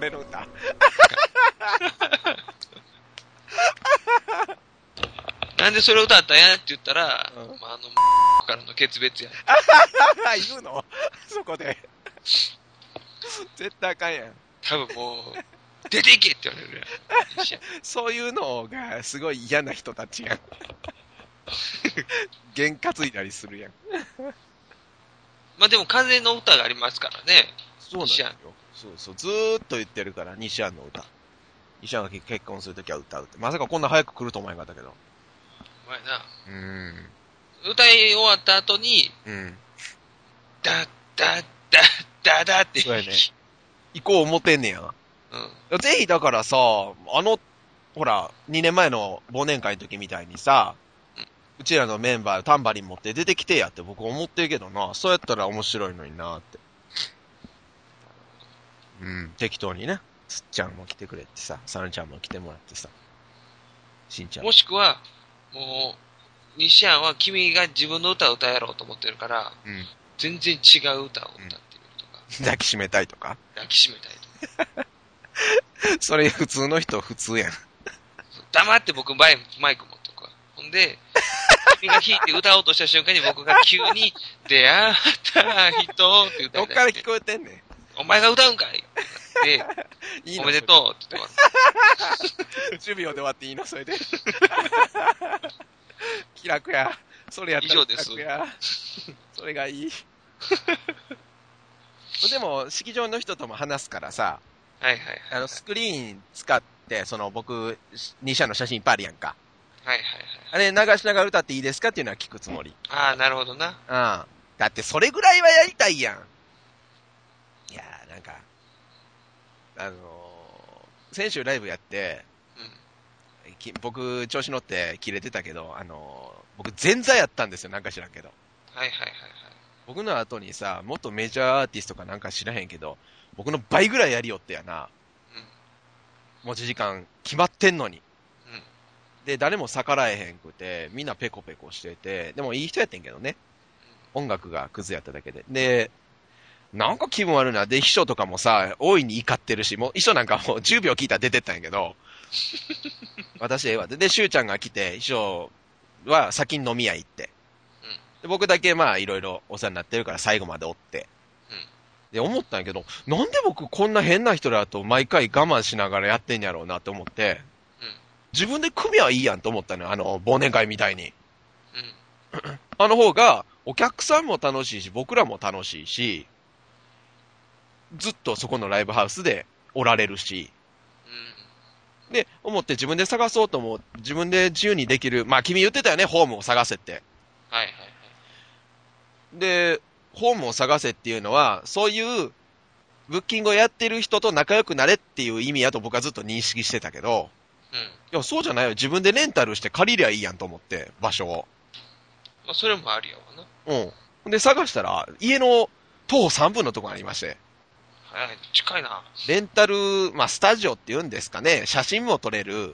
別れの歌。 なんでそれ歌ったんやって言ったら、 うんまあ、あの、からの決別や。 言うのそこで。絶対あかんやん。 多分もう、出ていけって言われるやん。 そういうのがすごい嫌な人たちやん。験担いだりするやん。 まあでも風の歌がありますからね。 そうなんですよ。そうそう。ずーっと言ってるから、西安の歌。西安が結婚するときは歌うって。まさかこんな早く来ると思えなかったけど。 お前な。 うーん。 歌い終わった後に、 うん。 ダッダッダッダダって。 そうやね。行こう思ってんねや。 うん。 ぜひだからさ、あの、ほら、にねんまえの忘年会の時みたいにさ、 うんうちらのメンバータンバリン持って出てきてやって僕思ってるけどな、そうやったら面白いのになって。うん、適当にね、つっちゃんも来てくれってさ、さるちゃんも来てもらってさ、しんちゃんも。 もしくは、もう、西安は君が自分の歌を歌えろうと思ってるから、 うん。 全然違う歌を歌ってみるとか、 抱きしめたいとか。 抱きしめたいとか。 それ普通の人普通やん。 黙って僕マイマイク持っとくわ。ほんで、君が弾いて歌おうとした瞬間に僕が急に、出会った人って歌い出して。 どっから聞こえてんねん。 お前が歌うんかいってなっていいのおめでとうって言ってます。 じゅうびょうで終わっていいのそれで。気楽や。それやったら以上です気楽や。それがいい。でも、式場の人とも話すからさ、 はいはいはい。 あの、スクリーン使って、その僕、に社の写真いっぱいあるやんか。 はいはいあれ流しながら歌っていいですかっていうのは聞くつもり。 はい。ああ、なるほどな。 うん。だってそれぐらいはやりたいやん。いやー、なんか、あのー、先週ライブやって、 うん。 き僕、調子乗ってキレてたけど、あのー、僕前座やったんですよ、なんか知らんけど。 はいはいはいはい。 僕の後にさ、もっとメジャーアーティストかなんか知らへんけど、僕の倍ぐらいやりよってやな。 うん。 持ち時間決まってんのに。 うん。 で、誰も逆らえへんくて、みんなペコペコしてて、でもいい人やってんけどね。音楽がクズやっただけで。で、なんか気分悪いな。で、秘書とかもさ、大いに怒ってるし、もう秘書なんかもうじゅうびょう聞いたら出てったんやけど、私ええわ。で、で、しゅうちゃんが来て、秘書は先に飲み屋行って、で僕だけまあいろいろお世話になってるから最後までおって、で、思ったんやけど、なんで僕こんな変な人だと毎回我慢しながらやってんやろうなって思って、自分で組みはいいやんと思ったのよ、あの、忘年会みたいに。 うん。うん。 あの方が、お客さんも楽しいし、僕らも楽しいし、ずっとそこのライブハウスでおられるし、 うん。 で、思って自分で探そうと思う、自分で自由にできる、まあ君言ってたよね、ホームを探せって。 はいはいはい。 で、ホームを探せっていうのは、そういうブッキングをやってる人と仲良くなれっていう意味やと僕はずっと認識してたけど、 うん。 いや、そうじゃないよ。自分でレンタルして借りりゃいいやんと思って、場所を。 まあ、それもありやわな。 うん。で、探したら、家の徒歩さんぷんのところにありまして、 はい、近いな。 レンタル、まあ、スタジオって言うんですかね、写真も撮れる、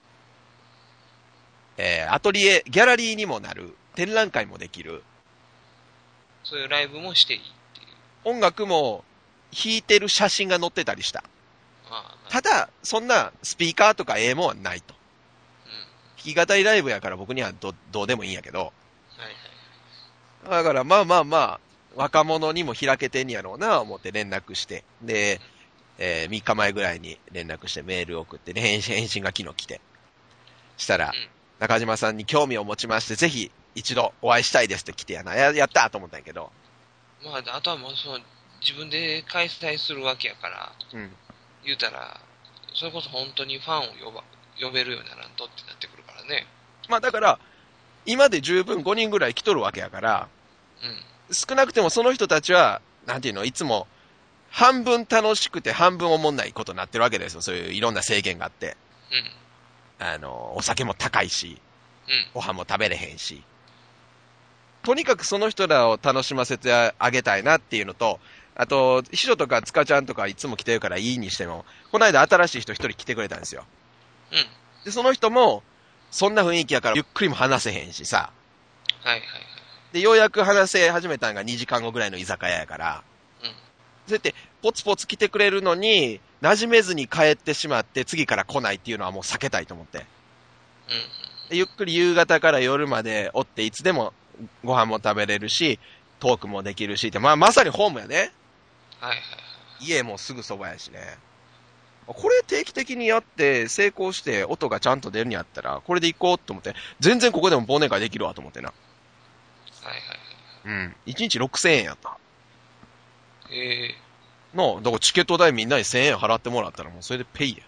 えー、アトリエ、ギャラリーにもなる、展覧会もできる、 そういうライブもしていいっていう。 音楽も弾いてる写真が載ってたりした。 ああ、 ただ、そんなスピーカーとかええもんはないと。 うん。 弾き語りライブやから僕にはどどうでもいいんやけど。 はいはい。 だからまあまあまあ、若者にも開けてんやろうな思って連絡して。で、えー、みっかまえぐらいに連絡してメール送って、で、返信、返信が昨日来て。したら、 うん。 中島さんに興味を持ちまして、ぜひ一度お会いしたいですって来てやな。や、やったと思ったんやけど。 まあ、あとはもうその、自分で開催するわけやから、 うん。 言うたら、それこそ本当にファンを呼ば、呼べるようにならんとってなってくるからね。 まあだから、今で十分ごにんぐらい来とるわけやから、 うん。 少なくてもその人たちは、なんていうの、いつも、半分楽しくて半分思んないことになってるわけですよ。そういういろんな制限があって。 うん。 あの、お酒も高いし、 うん。 ご飯も食べれへんし。とにかくその人らを楽しませてあげたいなっていうのと、あと、秘書とか塚ちゃんとかいつも来てるからいいにしても、この間新しい人一人来てくれたんですよ。 うん。 で、その人も、そんな雰囲気やからゆっくりも話せへんしさ。 はいはいはい。 で、ようやく話せ始めたのがにじかんごぐらいの居酒屋やから、 うん。 そうやって、 ポツポツ来てくれるのに、馴染めずに帰ってしまって次から来ないっていうのはもう避けたいと思って。 うん。 でゆっくり夕方から夜までおっていつでもご飯も食べれるし、トークもできるしって、まあまさにホームやね。 はいはいはい。 家もすぐそばやしね。これ定期的にやって成功して音がちゃんと出るんやったら、これで行こうと思って、全然ここでも忘年会できるわと思ってな。 はいはいはい。 うん。いちにちろくせんえんやった。 ええの、だからチケット代みんなにせんえん払ってもらったらもうそれでペイや。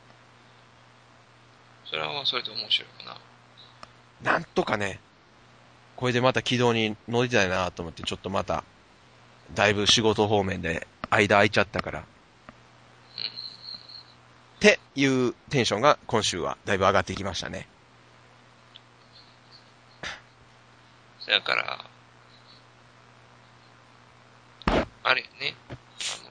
それはまあそれで面白いかな。 なんとかね、これでまた軌道に乗りたいなと思って、ちょっとまた、だいぶ仕事方面で間空いちゃったから。っていうテンションが今週はだいぶ上がってきましたね。 そやから、あれね、あの、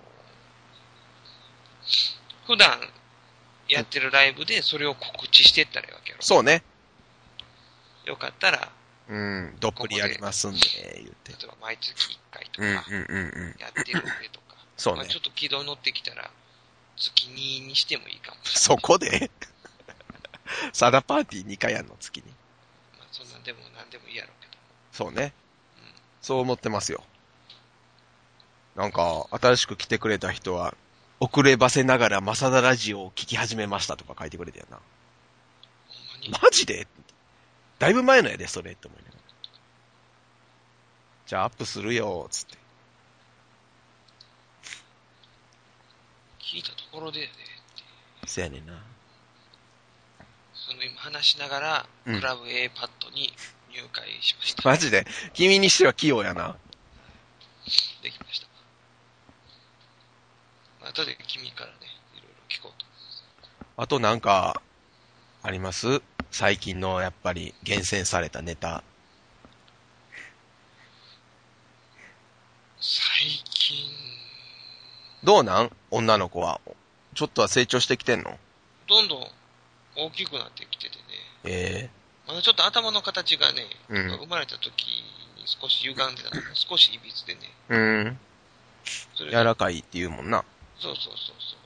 普段やってるライブでそれを告知してったらいいわけやろ。 そうね。 よかったら、 うん、どっぷりやりますんで、言って。 例えば毎月いっかいとうん、うん、 か、 うん、うん。 やってるんでとか、 そうね。 まあ、ちょっと軌道に乗ってきたら、月ににしてもいいかもしれない。 そこでサダパーティーにかいやんの月に。 まあ、そんなんでもなんでもいいやろうけど。 そうね。 うん。 そう思ってますよ。なんか、新しく来てくれた人は、遅ればせながらマサダラジオを聞き始めましたとか書いてくれてやな。 ほんまにマジでだいぶ前のやで、それって思いながら。じゃあアップするよ、つって。 聞いたところでやで、 そやねんな。 その今話しながら、 うんクラブ A パッドに入会しました。 マジで君にしては器用やな。 できました。まあ後で君からね、いろいろ聞こうと。 あとなんか、あります最近のやっぱり厳選されたネタ。 最近、 どうなん女の子は。ちょっとは成長してきてんの？ どんどん大きくなってきててね、 えまだちょっと頭の形がね、 うん生まれた時に少し歪んでたのが少しいびつでね、 えー。うん。 それ柔らかいって言うもんな。 そうそうそうそう。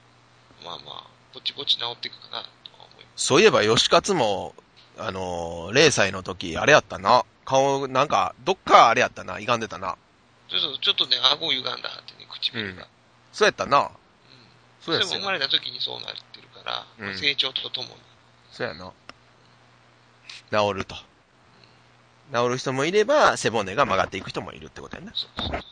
まあまあ、ぼちぼち治っていくかなとは思います。 そういえば吉勝も、あのー、れいさいの時、あれやったな。顔、なんか、どっかあれやったな。歪んでたな。 ちょっと、ちょっとね、顎歪んだってね、唇が。 そうやったな。 うん。 そうやっすよでも生まれた時にそうなってるから、 うんまあ成長とともに。 そうやな。治ると。治る人もいれば、背骨が曲がっていく人もいるってことやな。 そうそうそう。本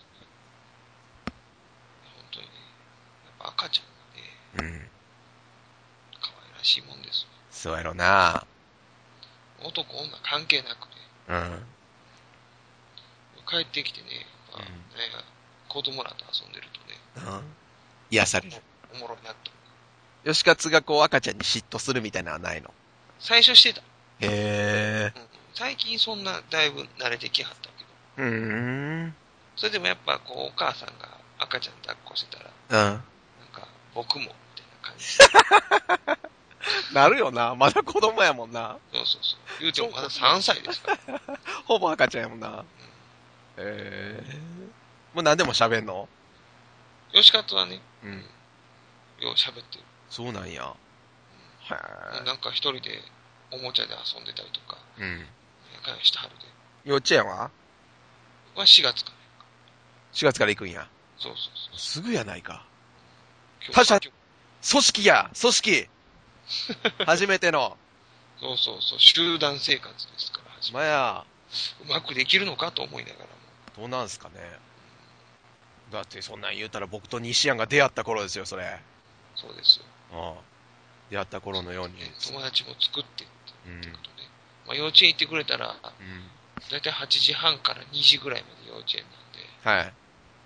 当にね、やっぱ赤ちゃんがね、 うん。 可愛らしいもんですわ。 そうやろな。 男、女関係なくね、 うん。 帰ってきてね、まあ、 うんなんや子供らと遊んでるとね、 うん。癒される。 おもろいなと。 吉勝がこう赤ちゃんに嫉妬するみたいなのはないの？ 最初してた。 へうん、最近そんな、だいぶ慣れてきはったけど。 ー。うーん。 それでもやっぱこう、お母さんが赤ちゃん抱っこしてたら、 うん。 なんか、僕も、みたいな感じ。 なるよな。まだ子供やもんな。 そうそうそう。言うてもまださんさいですから。 ほぼ赤ちゃんやもんな。へー。もう何でも喋んの？ 吉勝はね、 うん。 よう喋ってる。 そうなんや。へなんか一人でおもちゃで遊んでたりとか、 ー。うん。 仲良してはるで。 幼稚園ははしがつかね。 しがつから行くんや。 そうそうそう。 すぐやないか。 今他社今日組織や組織初めての。 そうそうそう。集団生活ですから、初めまや、 うまくできるのかと思いながらも。 どうなんすかね。だってそんなん言うたら僕と西安が出会った頃ですよ、それ。 そうですよ。 ああ。出会った頃のように。 友達も作ってってうん。 ことね。まあ幼稚園行ってくれたら、 うん。 だいたいはちじはんからにじぐらいまで幼稚園なんで、 はい。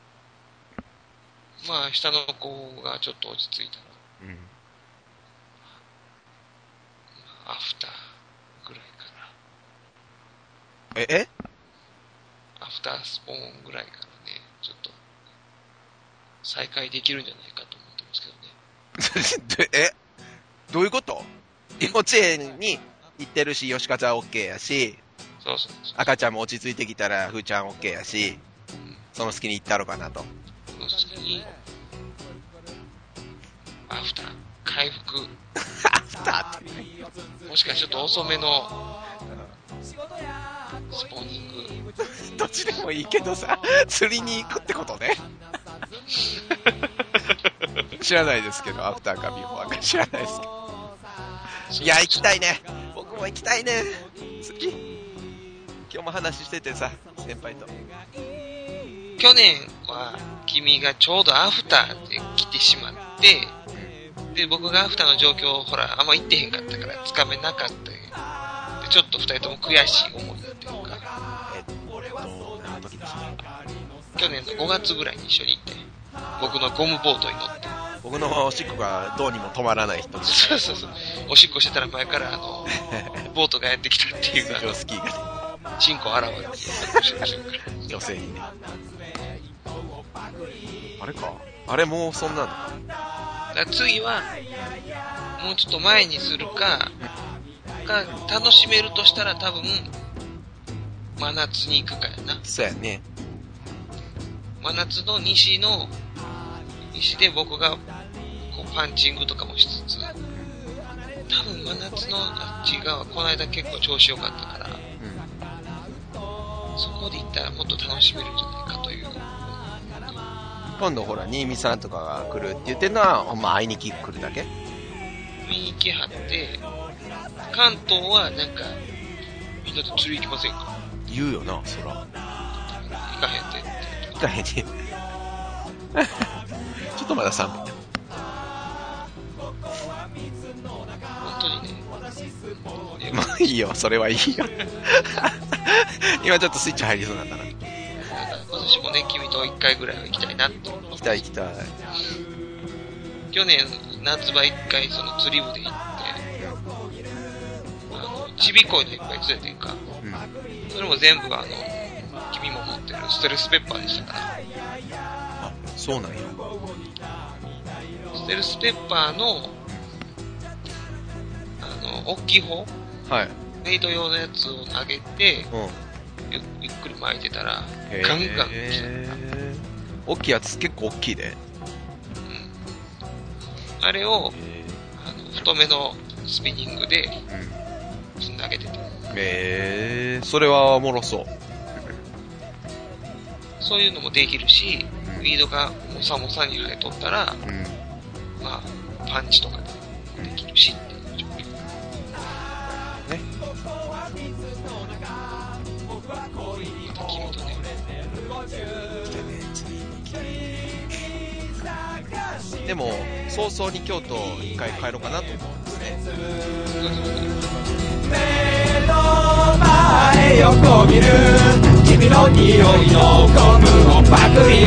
まあ下の子がちょっと落ち着いたら、 うん。 アフターぐらいかえ、えな。アフタースポーンぐらいからね、ちょっと、再開できるんじゃないかと思ってますけどね。 でえどういうこと幼稚園に行ってるし、吉勝は OK やし、 そうそうそう。 赤ちゃんも落ち着いてきたら、ふーちゃん OK やし、その隙に行ったろかなと。 その次に、 アフター回復アフターってね、 もしかしてちょっと遅めのスポーニングどっちでもいいけどさ、釣りに行くってことね。知らないですけど、アフターかビフォーか知らないですけど。いや、行きたいね。僕も行きたいね。釣り。今日も話しててさ、先輩と。 去年は君がちょうどアフターで来てしまって、で僕がアフターの状況をほらあんま行ってへんかったからつかめなかった。でちょっとふたりとも悔しい思いだっていうか。 えっと、何の時ですか？ 去年のごがつぐらいに一緒に行って、僕のゴムボートに乗って。 僕のおしっこがどうにも止まらない人です。 そうそうそう。おしっこしてたら前からあのボートがやってきたっていう水上スキーがね。 チンコあらわっていう女性にね。あれか。あれもうそんなのか。 だから次はもうちょっと前にするか、か楽しめるとしたら多分真夏に行くかやな。 そうやね。 真夏の西の西で僕がこうパンチングとかもしつつ、多分真夏のあっち側はこの間結構調子良かったから、うん、そこで行ったらもっと楽しめるんじゃないかという。 今度ほら新見さんとかが来るって言ってるのはほんま会いに来るだけ？ 見に来はって、関東はなんかみんなで釣り行きませんか？ 言うよな、そら。 行かへんって行かへんってちょっとまだ寒いな。 本当にね。 まあいいよ、それはいいよ今ちょっとスイッチ入りそうなんだな。 私もね、君といっかいぐらいは行きたいなって。 行きたい行きたい。 去年夏場いっかいその釣り部で行って、あのちびこいのいっぱい釣れてんか、うん、それも全部あの君も持ってるステルスペッパーでしたから。 あ、そうなんや。 ステルスペッパーのあの大きい方、はい、メイド用のやつを投げて、うん、ゆ, ゆっくり巻いてたらガンガン来た。 大きいやつ結構大きいで、 うん、あれをあの太めのスピニングで、うん、投げてて、 へえー、それはおもろそう。 そういうのもできるし、うん、ウィードがもさもさに生えとったら、うん、まあパンチとかでできるしっていう状況ね。また君とね、 でも早々に京都一回帰ろうかなと思うんですね。 目の前横切る君の匂いのゴムをパクリ、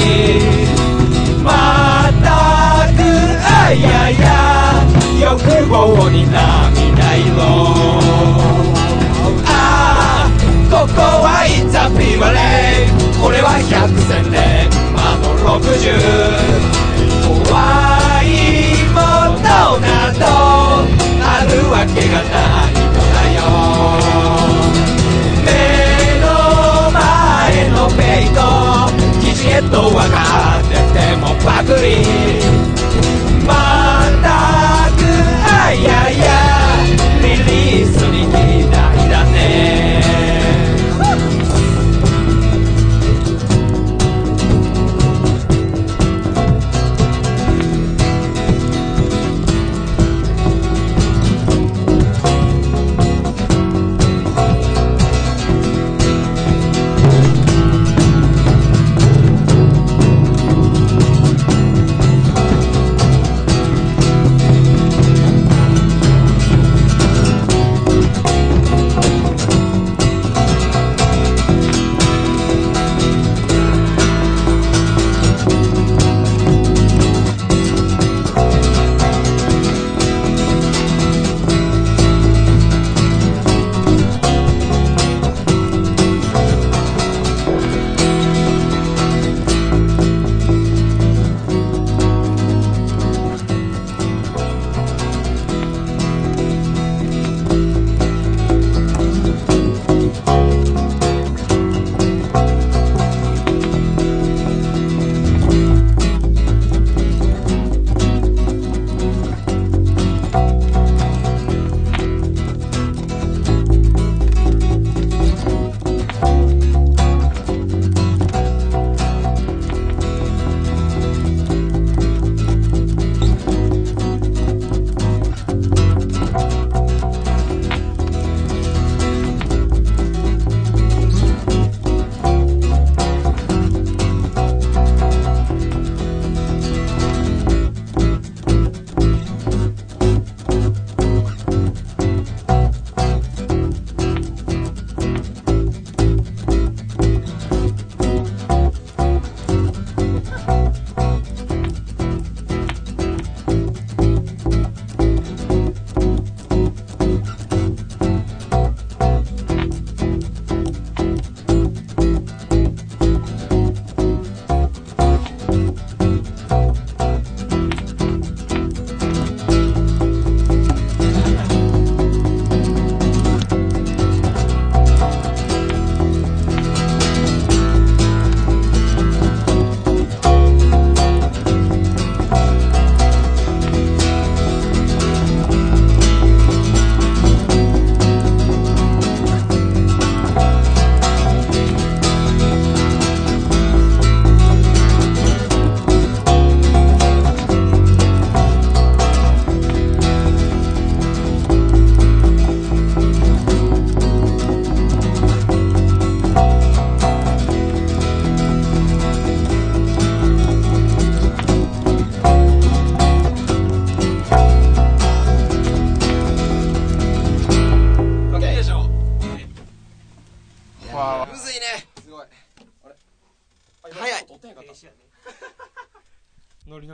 まったくあやや欲望に涙色、ああここはいざピバレイ、俺は百戦錬磨のろくじゅう、怖いものなどあるわけがないのだよ。目の前のペイト生地へと分かっててもパクリ、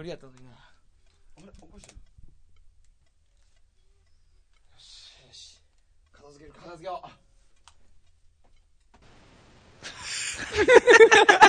やったのにな。 あれ起こしてる。よしよし、片付ける片付けよう。